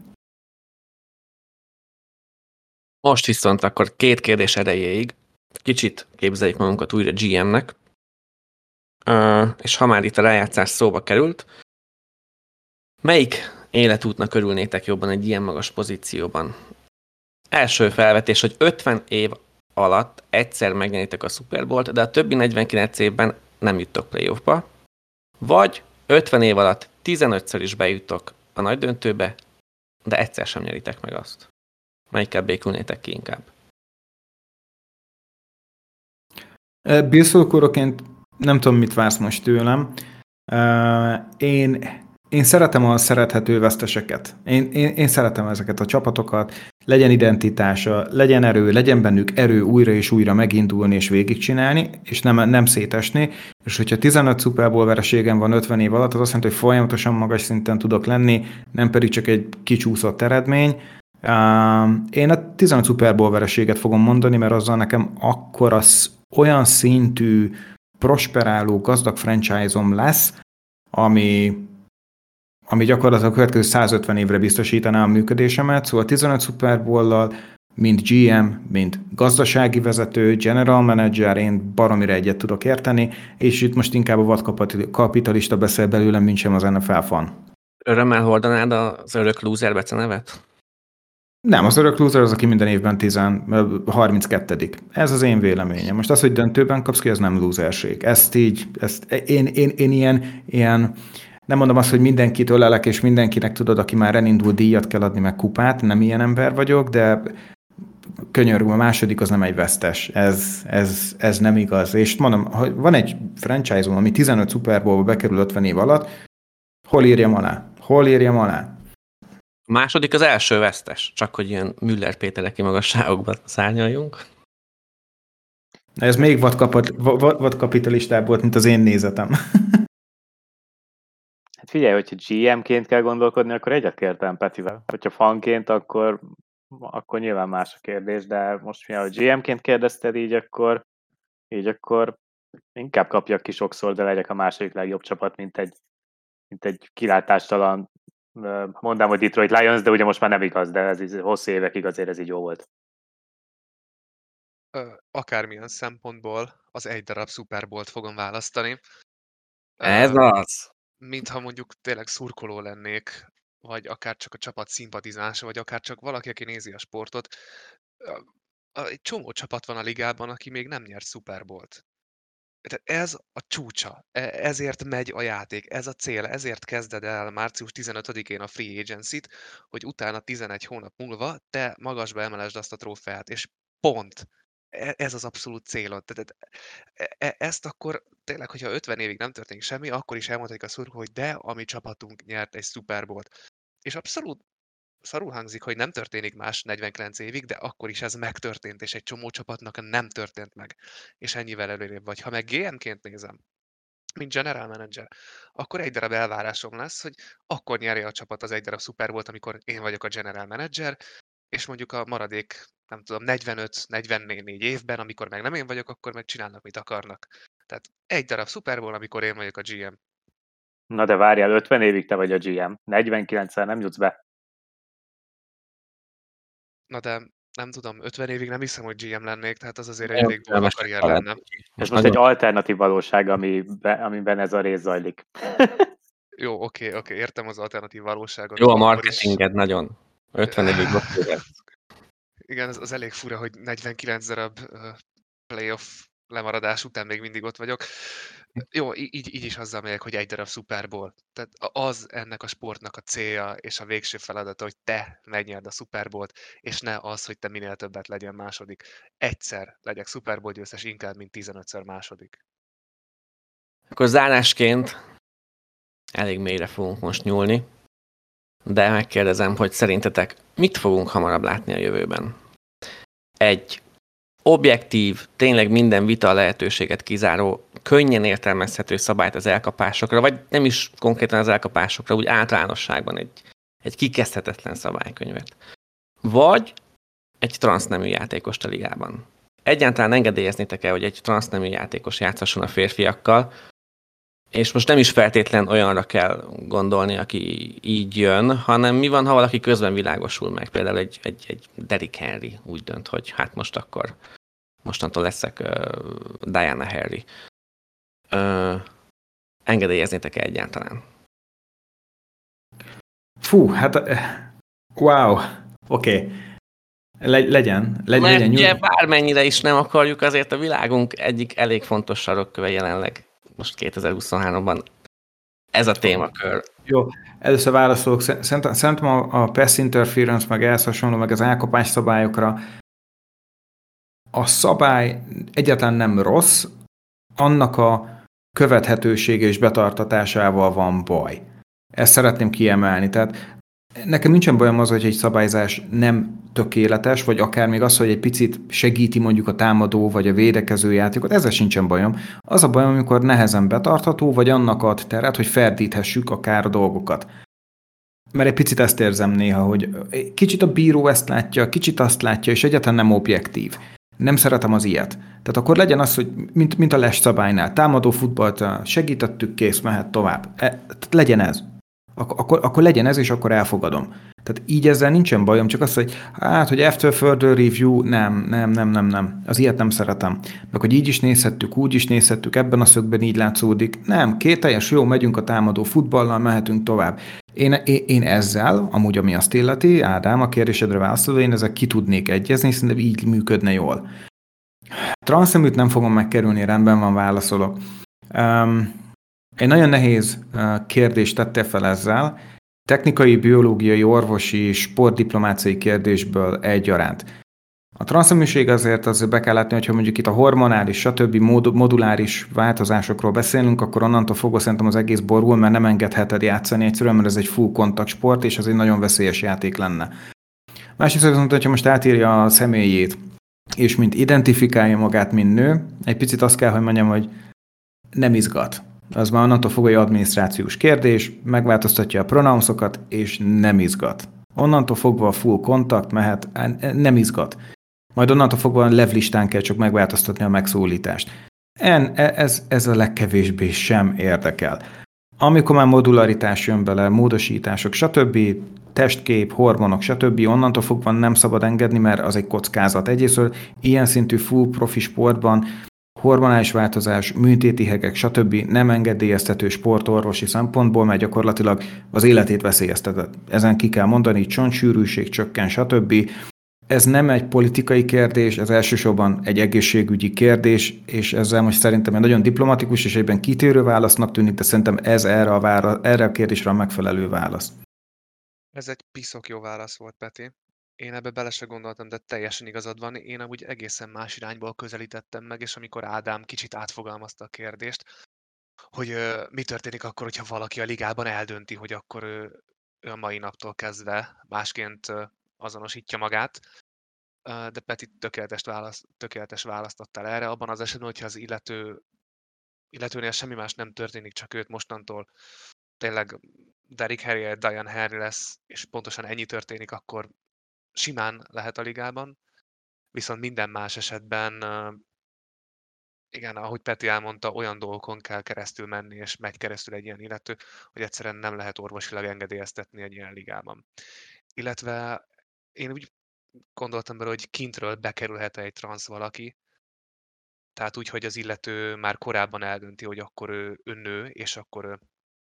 Most viszont akkor két kérdés erejéig kicsit képzeljük magunkat újra gé em-nek, uh, és ha már itt a rájátszás szóba került, melyik életútnak örülnétek jobban egy ilyen magas pozícióban? Első felvetés, hogy ötven év alatt egyszer megnyeritek a Super Bowl-t, de a többi negyvenkilenc évben nem juttok playoffba, vagy ötven év alatt tizenötször is bejuttok a nagy döntőbe, de egyszer sem nyeritek meg azt. Melyikkel békülnétek ki inkább? Bírszolókóroként nem tudom, mit vársz most tőlem. Én, én szeretem a szerethető veszteseket. Én, én, én szeretem ezeket a csapatokat. Legyen identitása, legyen erő, legyen bennük erő újra és újra megindulni és végigcsinálni, és nem, nem szétesni. És hogyha tizenöt Super Bowl vereségem van ötven év alatt, az azt jelenti, hogy folyamatosan magas szinten tudok lenni, nem pedig csak egy kicsúszott eredmény. Én a tizenöt Super Bowl vereséget fogom mondani, mert azzal nekem akkor az olyan szintű, prosperáló, gazdag franchise-om lesz, ami, ami gyakorlatilag a következő százötven évre biztosítaná a működésemet. Szóval tizenöt Super Bowl-lal mint gé em, mint gazdasági vezető, general manager, én baromira egyet tudok érteni, és itt most inkább a vadkapitalista beszél belőlem, mint sem az en ef el fan. Örömmel hordanád az örök loser becenevet? Nem, az örök loser az, aki minden évben tíz, harminckettedik Ez az én véleményem. Most az, hogy döntőben kapsz ki, az nem loserség. Ezt így, ezt, én, én, én ilyen, ilyen, nem mondom azt, hogy mindenkit ölelek, és mindenkinek tudod, aki már elindult, díjat kell adni, meg kupát, nem ilyen ember vagyok, de könyörgöm, a második az nem egy vesztes. Ez, ez, ez nem igaz. És mondom, hogy van egy franchise-om, ami tizenöt Super Bowl-ba bekerül ötven év alatt, hol írjam alá? Hol írjam alá? A második az első vesztes, csak hogy ilyen Müller Pétereki magasságokba szárnyaljunk. Ez még vadkapitalistább volt, mint az én nézetem. Hát figyelj, hogyha gé em-ként kell gondolkodni, akkor egyet kértem Petivel. Hogyha fanként, akkor, akkor nyilván más a kérdés, de most mivel gé em-ként kérdezted, így akkor, így akkor inkább kapjak ki sokszor, de legyek a második legjobb csapat, mint egy, mint egy kilátástalan, mondanám, hogy Detroit Lions, de ugye most már nem igaz, de ez így, hosszú évekig azért ez így jó volt. Akármilyen szempontból az egy darab Super Bowl-t fogom választani. Ez az. Mintha mondjuk tényleg szurkoló lennék, vagy akár csak a csapat szimpatizása, vagy akár csak valaki, aki nézi a sportot. Egy csomó csapat van a ligában, aki még nem nyert Super Bowl-t. Tehát ez a csúcsa, ezért megy a játék, ez a cél, ezért kezded el március tizenötödikén a free agency-t, hogy utána tizenegy hónap múlva te magasba emelesd azt a trófeát, és pont. Ez az abszolút célod. Tehát ezt akkor tényleg, hogyha ötven évig nem történik semmi, akkor is elmondhatjuk a szurkoló, hogy de, a mi csapatunk nyert egy Super Bowl-t. És abszolút szarul hangzik, hogy nem történik más negyvenkilenc évig, de akkor is ez megtörtént, és egy csomó csapatnak nem történt meg. És ennyivel előrébb vagy. Ha meg gé em-ként nézem, mint general manager, akkor egy darab elvárásom lesz, hogy akkor nyerje a csapat az egy darab Super Bowl-t, amikor én vagyok a general manager, és mondjuk a maradék, nem tudom, negyvenöt negyvennégy évben, amikor meg nem én vagyok, akkor meg csinálnak, mit akarnak. Tehát egy darab Super Bowl, amikor én vagyok a gé em. Na de várjál, ötven évig te vagy a gé em, negyvenkilenccel nem jutsz be. Na de nem tudom, ötven évig nem hiszem, hogy gé em lennék, tehát az azért egy elég durva karrier lenne. Ez most egy alternatív valóság, amiben, amiben ez a rész zajlik. Jó, oké, okay, oké, okay, értem az alternatív valóságot. Jó a marketinged nagyon. ötven évig Igen, az, az elég fura, hogy negyvenkilenc darab uh, playoff lemaradás után még mindig ott vagyok. Jó, így, így is azzal megyek, hogy egy darab Super Bowl. Tehát az ennek a sportnak a célja és a végső feladata, hogy te megnyerd a Super Bowl-t, és ne az, hogy te minél többet legyen második. Egyszer legyek Super Bowl győztes, inkább, mint tizenötször második. Akkor zárásként elég mélyre fogunk most nyúlni, de megkérdezem, hogy szerintetek mit fogunk hamarabb látni a jövőben? Egy objektív, tényleg minden vita lehetőséget kizáró, könnyen értelmezhető szabályt az elkapásokra, vagy nem is konkrétan az elkapásokra, úgy általánosságban egy, egy kikezdhetetlen szabálykönyvet. Vagy egy transznemű játékost a ligában. Egyáltalán engedélyeznétek el, hogy egy transznemű játékos játszhasson a férfiakkal, és most nem is feltétlen olyanra kell gondolni, aki így jön, hanem mi van, ha valaki közben világosul meg. Például egy, egy, egy Derrick Henry úgy dönt, hogy hát most akkor mostantól leszek uh, Diana Henry. Uh, engedélyeznétek-e egyáltalán? Fú, hát wow, oké. Okay. Le, legyen, legy, Mert legyen. ugye bármennyire is nem akarjuk, azért a világunk egyik elég fontos sarokköve jelenleg most kétezer-huszonháromban ez a témakör. Jó, először válaszolok. Szerintem, szerintem a, a pass interference, meg ehhez hasonló, meg az elkapás szabályokra a szabály egyáltalán nem rossz, annak a követhetősége és betartatásával van baj. Ezt szeretném kiemelni. Tehát nekem nincsen bajom az, hogy egy szabályzás nem tökéletes, vagy akár még az, hogy egy picit segíti mondjuk a támadó, vagy a védekező játékot, ezzel sincsen bajom. Az a bajom, amikor nehezen betartható, vagy annak ad teret, hogy ferdíthessük akár a dolgokat. Mert egy picit ezt érzem néha, hogy kicsit a bíró ezt látja, kicsit azt látja, és egyáltalán nem objektív. Nem szeretem az ilyet. Tehát akkor legyen az, hogy mint, mint a les szabálynál, támadó futballt segítettük, kész, mehet tovább. E, legyen ez. Ak- akkor, akkor legyen ez, és akkor elfogadom. Tehát így ezzel nincsen bajom, csak az, hogy hát, hogy after further review, nem, nem, nem, nem, nem. Az ilyet nem szeretem. Meg, hogy így is nézhettük, úgy is nézhettük, ebben a szögben így látszódik. Nem, kételjes, jó, megyünk a támadó futballal, mehetünk tovább. Én, én, én ezzel, amúgy ami azt illeti, Ádám, a kérdésedre válaszolva, én ezzel ki tudnék egyezni, szerintem így működne jól. Transzneműt nem fogom megkerülni, rendben van, válaszolok. Um, egy nagyon nehéz uh, kérdést tettél fel ezzel, technikai, biológiai, orvosi, sportdiplomáciai kérdésből egyaránt. A transzneműség azért azért be kell látni, hogyha mondjuk itt a hormonális, stb. Moduláris változásokról beszélünk, akkor onnantól fogva szerintem az egész borul, mert nem engedheted játszani egyszerűen, mert ez egy full kontakt sport, és ez egy nagyon veszélyes játék lenne. Másrészt viszont, hogyha most átírja a személyét, és mint identifikálja magát, mint nő, egy picit azt kell, hogy mondjam, hogy nem izgat. Az már onnantól fogva egy adminisztrációs kérdés, megváltoztatja a pronounszokat, és nem izgat. Onnantól fogva a full kontakt mehet, nem izgat. Majd onnantól fogva a levlistán kell csak megváltoztatni a megszólítást. En, ez, ez a legkevésbé sem érdekel. Amikor már modularitás jön bele, módosítások, stb., testkép, hormonok, stb., onnantól fogva nem szabad engedni, mert az egy kockázat. Egyrésztről ilyen szintű full profi sportban hormonális változás, műtéti hegek, stb. Nem engedélyeztető sportorvosi szempontból, mert gyakorlatilag az életét veszélyeztetett. Ezen ki kell mondani, csontsűrűség csökken, stb. Ez nem egy politikai kérdés, ez elsősorban egy egészségügyi kérdés, és ezzel most szerintem egy nagyon diplomatikus és egyben kitérő válasznak tűnik, de szerintem ez erre a, válasz, erre a kérdésre a megfelelő válasz. Ez egy piszok jó válasz volt, Peti. Én ebbe bele se gondoltam, de teljesen igazad van. Én amúgy egészen más irányból közelítettem meg, és amikor Ádám kicsit átfogalmazta a kérdést, hogy ö, mi történik akkor, hogyha valaki a ligában eldönti, hogy akkor ő, ő a mai naptól kezdve másként ö, azonosítja magát. Ö, de Peti tökéletes választ, tökéletes választ adtál erre. Abban az esetben, hogyha az illető, illetőnél semmi más nem történik, csak őt mostantól tényleg Derrick Henry, Diane Henry lesz, és pontosan ennyi történik, akkor simán lehet a ligában, viszont minden más esetben, igen, ahogy Peti elmondta, olyan dolgokon kell keresztül menni, és megy keresztül egy ilyen illető, hogy egyszerűen nem lehet orvosilag engedélyeztetni egy ilyen ligában. Illetve én úgy gondoltam bele, hogy kintről bekerülhet egy transz valaki, tehát úgy, hogy az illető már korábban eldönti, hogy akkor ő, ő nő, és akkor ő,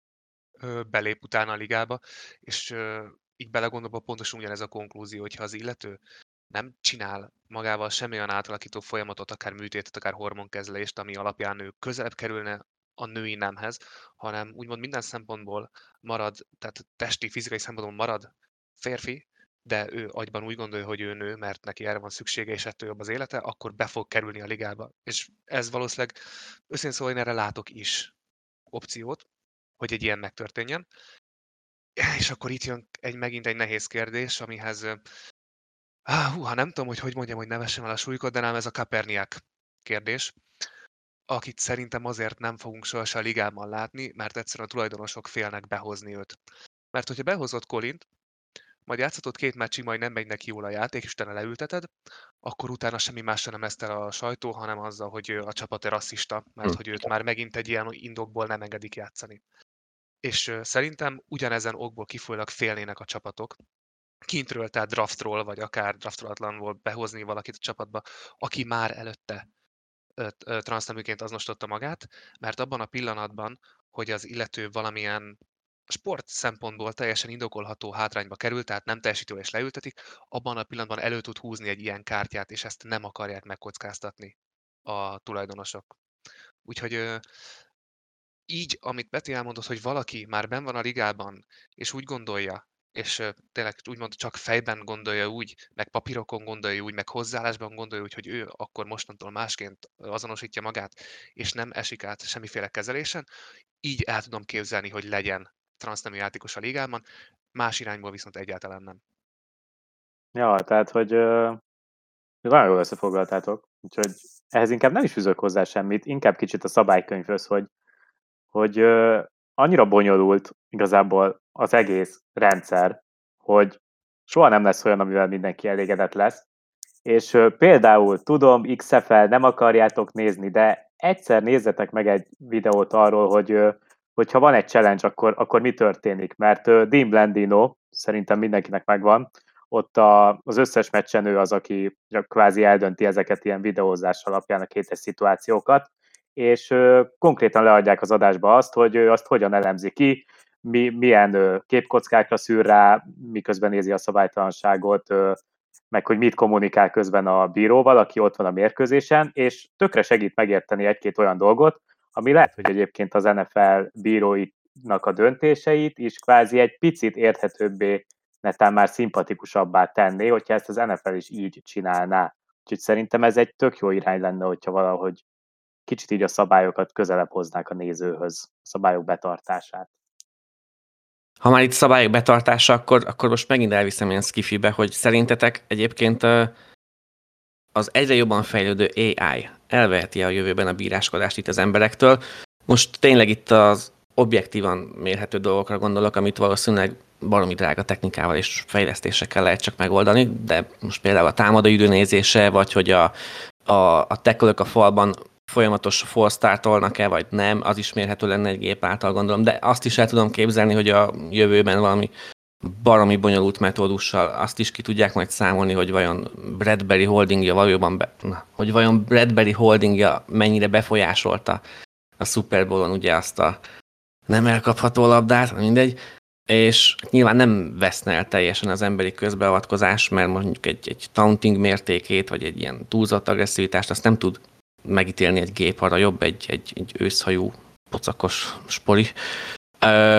ő belép utána a ligába, és így belegondolva pontosan ugyanez a konklúzió, hogyha az illető nem csinál magával semmilyen átalakító folyamatot, akár műtétet, akár hormonkezelést, ami alapján ő közelebb kerülne a női nemhez, hanem úgymond minden szempontból marad, tehát testi, fizikai szempontból marad férfi, de ő agyban úgy gondolja, hogy ő nő, mert neki erre van szüksége, és ettől jobb az élete, akkor be fog kerülni a ligába. És ez valószínűleg, őszintén szóval én erre látok is opciót, hogy egy ilyen megtörténjen. És akkor itt jön egy, megint egy nehéz kérdés, amihez Ah, húha, nem tudom, hogy hogy mondjam, hogy ne vessem el a súlykot, de nem ez a Kaepernick kérdés, akit szerintem azért nem fogunk sohasem a ligában látni, mert egyszerűen a tulajdonosok félnek behozni őt. Mert hogyha behozott Colint, majd játszhatod két meccsig, majd nem megy neki jól a játék, és utána leülteted, akkor utána semmi mással nem ezt el a sajtó, hanem azzal, hogy a csapat rasszista, mert Hm. hogy őt már megint egy ilyen indokból nem engedik játszani. És uh, szerintem ugyanezen okból kifolyólag félnének a csapatok, kintről, tehát draftról, vagy akár draftolatlanul behozni valakit a csapatba, aki már előtte transzneműként azonosította magát, mert abban a pillanatban, hogy az illető valamilyen sport szempontból teljesen indokolható hátrányba kerül, tehát nem teljesítő és leültetik, abban a pillanatban elő tud húzni egy ilyen kártyát, és ezt nem akarják megkockáztatni a tulajdonosok. Úgyhogy így, amit Peti elmondott, hogy valaki már benn van a ligában, és úgy gondolja, és tényleg úgymond csak fejben gondolja úgy, meg papírokon gondolja úgy, meg hozzáállásban gondolja úgy, hogy ő akkor mostantól másként azonosítja magát, és nem esik át semmiféle kezelésen, így el tudom képzelni, hogy legyen transznemű játékos a ligában, más irányból viszont egyáltalán nem. Ja, tehát, hogy uh, nagyon jól összefoglaltátok, úgyhogy ehhez inkább nem is fűzök hozzá semmit, inkább kicsit a szabálykönyvhöz, hogy, hogy uh, annyira bonyolult igazából az egész rendszer, hogy soha nem lesz olyan, amivel mindenki elégedett lesz. És uh, például tudom, iksz ef el nem akarjátok nézni, de egyszer nézzetek meg egy videót arról, hogy, uh, hogyha van egy challenge, akkor, akkor mi történik? Mert uh, Dean Blandino, szerintem mindenkinek megvan, ott a, az összes meccsen ő az, aki kvázi eldönti ezeket ilyen videózás alapján a kétes szituációkat, és uh, konkrétan leadják az adásba azt, hogy ő azt hogyan elemzi ki, mi, milyen uh, képkockákra szűr rá, miközben nézi a szabálytalanságot, uh, meg hogy mit kommunikál közben a bíróval, aki ott van a mérkőzésen, és tökre segít megérteni egy-két olyan dolgot, ami lehet, hogy egyébként az en ef el bíróinak a döntéseit is kvázi egy picit érthetőbbé, netán már szimpatikusabbá tenné, hogyha ezt az en ef el is így csinálná. Úgyhogy szerintem ez egy tök jó irány lenne, hogyha valahogy kicsit így a szabályokat közelebb hoznák a nézőhöz, a szabályok betartását. Ha már itt szabályok betartása, akkor, akkor most megint elviszem ilyen skifibe, hogy szerintetek egyébként az egyre jobban fejlődő á i elveheti a jövőben a bíráskodást itt az emberektől. Most tényleg itt az objektívan mérhető dolgokra gondolok, amit valószínűleg baromi drága technikával és fejlesztésekkel lehet csak megoldani, de most például a támadó időnézése, vagy hogy a, a, a tekölök a falban folyamatos false startolnak-e, vagy nem, az is mérhető lenne egy gép által, gondolom, de azt is el tudom képzelni, hogy a jövőben valami baromi bonyolult metódussal azt is ki tudják majd számolni, hogy vajon Bradbury holdingja valójában, be, na, hogy vajon Bradbury holdingja mennyire befolyásolta a Super Bowl-on ugye azt a nem elkapható labdát, mindegy, és nyilván nem veszne el teljesen az emberi közbeavatkozás, mert mondjuk egy, egy taunting mértékét, vagy egy ilyen túlzott agresszivitást, azt nem tud megítélni egy gép, arra jobb egy, egy, egy őszhajú, pocakos spori. Ö,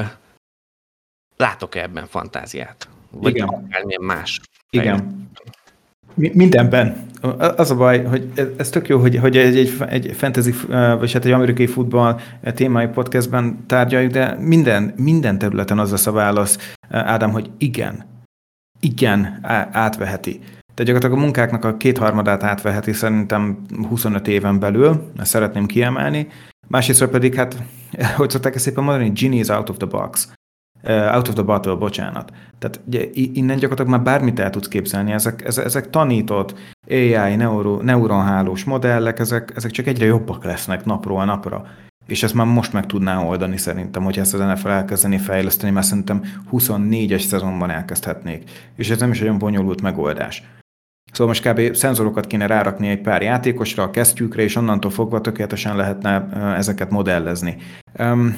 látok-e ebben fantáziát? Vagy igen. akármilyen más? Igen. Mindenben. Az a baj, hogy ez tök jó, hogy, hogy egy, egy, egy fantasy, vagy hát egy amerikai futball témai podcastben tárgyaljuk, de minden, minden területen az lesz a válasz, Ádám, hogy igen. Igen, átveheti. Tehát gyakorlatilag a munkáknak a kétharmadát átveheti szerintem huszonöt éven belül, ezt szeretném kiemelni. Másrészt pedig, hát, hogy szokták ezt szépen mondani, genie is out of the box. Uh, out of the bottle, bocsánat. Tehát ugye, innen gyakorlatilag már bármit el tudsz képzelni. Ezek, ezek, ezek tanított á i, neuro, neuronhálós modellek, ezek, ezek csak egyre jobbak lesznek napról napra. És ezt már most meg tudná oldani szerintem, hogyha ezt az en ef el elkezdeni fejleszteni, mert szerintem huszonnégyes szezonban elkezdhetnék. És ez nem is olyan bonyolult megoldás. Szóval most kb. Szenzorokat kéne rárakni egy pár játékosra, a kesztyűkre, és onnantól fogva tökéletesen lehetne ezeket modellezni. Um,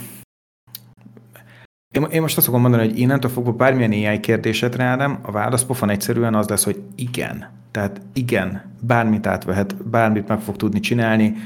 én most azt fogom mondani, hogy innentől fogva bármilyen á i kérdéset rádám, a válasz pofon egyszerűen az lesz, hogy igen. Tehát igen, bármit átvehet, bármit meg fog tudni csinálni.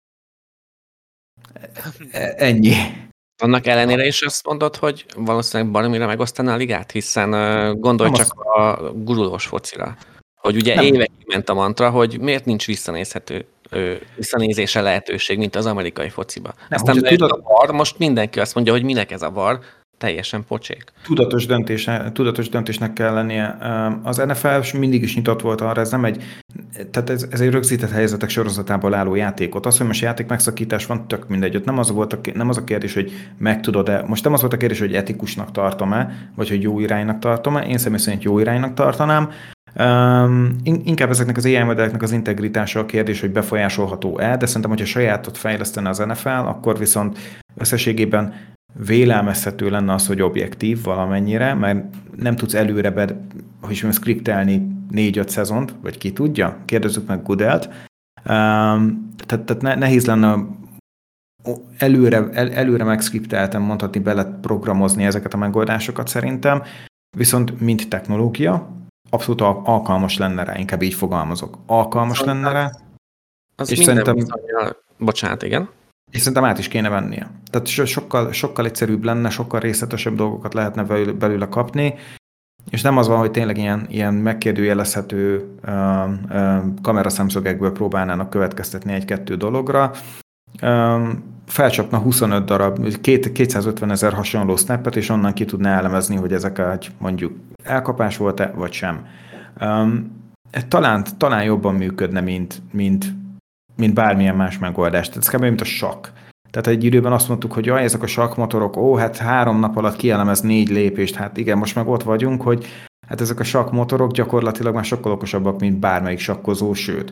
Ennyi. Annak ellenére is azt mondod, hogy valószínűleg baromira megosztaná a ligát, hiszen gondolj nem csak az... a gurulós focira. Hogy ugye nem. Évekig ment a mantra, hogy miért nincs visszanézhető, visszanézése lehetőség, mint az amerikai fociba. Nem, aztán tudod... a var, most mindenki azt mondja, hogy minek ez a var, teljesen pocsék. Tudatos, döntés, tudatos döntésnek kell lennie. Az en ef el mindig is nyitott volt arra, ez nem egy, tehát ez, ez egy rögzített helyzetek sorozatából álló játékot. Az, hogy most játék megszakítás van, tök mindegy. Ott nem az, volt a, nem az a kérdés, hogy meg tudod-e, most nem az volt a kérdés, hogy etikusnak tartom-e, vagy hogy jó iránynak tartom-e. Én személy szerint jó iránynak tartanám. Um, inkább ezeknek az á i modelleknek az integritása a kérdés, hogy befolyásolható-e, de szerintem, hogyha sajátot fejlesztene az en ef el, akkor viszont összességében vélelmezhető lenne az, hogy objektív valamennyire, mert nem tudsz előre be, hogy mondjam, skriptelni négy-öt szezont, vagy ki tudja, kérdezzük meg Goodelt. Um, tehát, tehát ne, nehéz lenne előre, el, előre megszkriptelten mondhatni, bele programozni ezeket a megoldásokat szerintem, viszont mint technológia, abszolút alkalmas lenne rá, inkább így fogalmazok. Alkalmas szóval lenne rá. Az és minden szerintem... viszonyal... Bocsánat, igen. És szerintem át is kéne vennie. Tehát sokkal, sokkal egyszerűbb lenne, sokkal részletesebb dolgokat lehetne belőle kapni, és nem az van, hogy tényleg ilyen, ilyen megkérdőjelezhető uh, uh, kameraszemszögekből próbálnának következtetni egy-kettő dologra. Um, felcsapna huszonöt darab, kétszázötven ezer hasonló snappet, és onnan ki tudná elemezni, hogy ezek egy mondjuk elkapás volt-e, vagy sem. Um, talán, talán jobban működne, mint, mint, mint bármilyen más megoldás. Tehát ez kb. Mint a sakk. Tehát egy időben azt mondtuk, hogy jaj, ezek a sakkmotorok, ó, hát három nap alatt kielemez négy lépést. Hát igen, most meg ott vagyunk, hogy hát ezek a sakkmotorok gyakorlatilag már sokkal okosabbak, mint bármelyik sakkozó, sőt.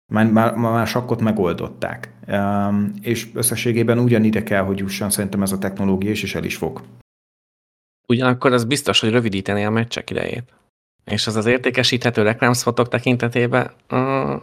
Már, már, már sakkot megoldották. Um, és összességében ugyanide kell, hogy jusson szerintem ez a technológia is, és el is fog. Ugyanakkor az biztos, hogy rövidíteni a meccsek idejét. És az az értékesíthető reklámszpotok tekintetében uh,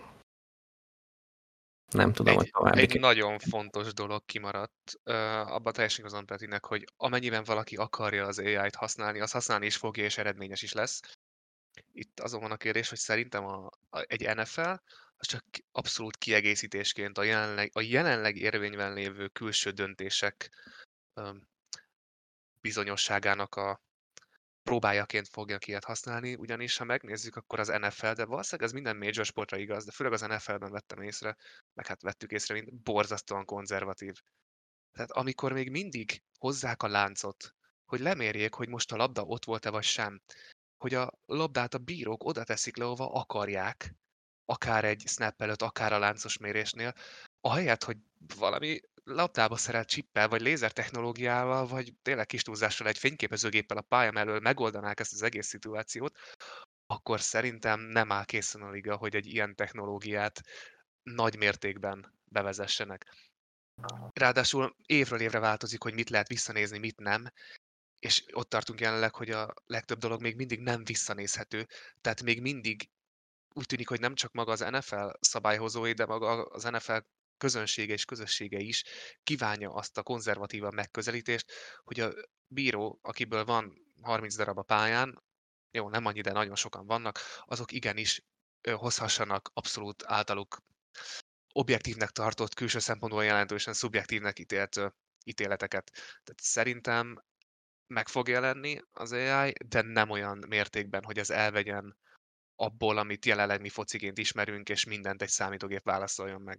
nem tudom, Egy, hogy további. egy nagyon fontos dolog kimaradt. Uh, abban teljesen igazam Petinek, hogy amennyiben valaki akarja az á í-t használni, az használni is fogja, és eredményes is lesz. Itt azon van a kérdés, hogy szerintem a, a, egy en ef el az csak abszolút kiegészítésként a jelenleg, a jelenleg érvényben lévő külső döntések um, bizonyosságának a próbájaként fogja ki ilyet használni, ugyanis ha megnézzük, akkor az en ef el, de valószínűleg ez minden major sportra igaz, de főleg az en ef el-ben vettem észre, meg hát vettük észre, mint borzasztóan konzervatív. Tehát amikor még mindig hozzák a láncot, hogy lemérjék, hogy most a labda ott volt-e vagy sem, hogy a labdát a bírók oda teszik le, ahova akarják, akár egy snap előtt, akár a láncos mérésnél, ahelyett, hogy valami labdába szerelt csippel, vagy lézer technológiával, vagy tényleg kis túlzással egy fényképezőgéppel a pálya mellől megoldanák ezt az egész szituációt, akkor szerintem nem áll készen a liga, hogy egy ilyen technológiát nagy mértékben bevezessenek. Ráadásul évről évre változik, hogy mit lehet visszanézni, mit nem, és ott tartunk jelenleg, hogy a legtöbb dolog még mindig nem visszanézhető, tehát még mindig úgy tűnik, hogy nem csak maga az en ef el szabályhozói, de maga az en ef el közönsége és közössége is kívánja azt a konzervatívabb megközelítést, hogy a bíró, akiből van harminc darab a pályán, jó, nem annyi, de nagyon sokan vannak, azok igenis hozhassanak abszolút általuk objektívnek tartott, külső szempontból jelentősen szubjektívnek ítélt ítéleteket. Tehát szerintem meg fog jelenni az á í, de nem olyan mértékben, hogy ez elvegyen abból, amit jelenleg mi fociként ismerünk, és mindent egy számítógép válaszoljon meg.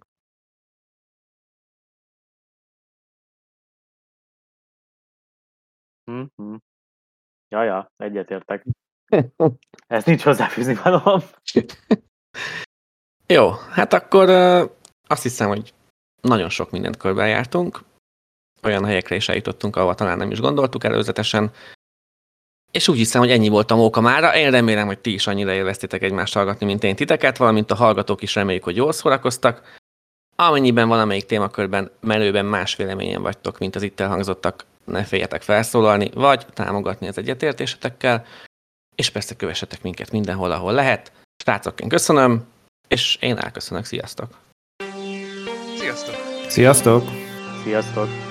Mm-hmm. Jaja, egyetértek. Ez nincs hozzáfűzni valóan. Jó, hát akkor uh, azt hiszem, hogy nagyon sok mindent körbejártunk. Olyan helyekre is eljutottunk, ahol talán nem is gondoltuk előzetesen. És úgy hiszem, hogy ennyi volt a móka mára. Én remélem, hogy ti is annyira élveztétek egymást hallgatni, mint én titeket, valamint a hallgatók is reméljük, hogy jól szórakoztak. Amennyiben valamelyik témakörben merőben más véleményen vagytok, mint az itt elhangzottak, ne féljetek felszólalni, vagy támogatni az egyetértésetekkel, és persze kövessetek minket mindenhol, ahol lehet. Srácok, én köszönöm, és én elköszönök. Sziasztok! Sziasztok! Sziasztok! Sziasztok!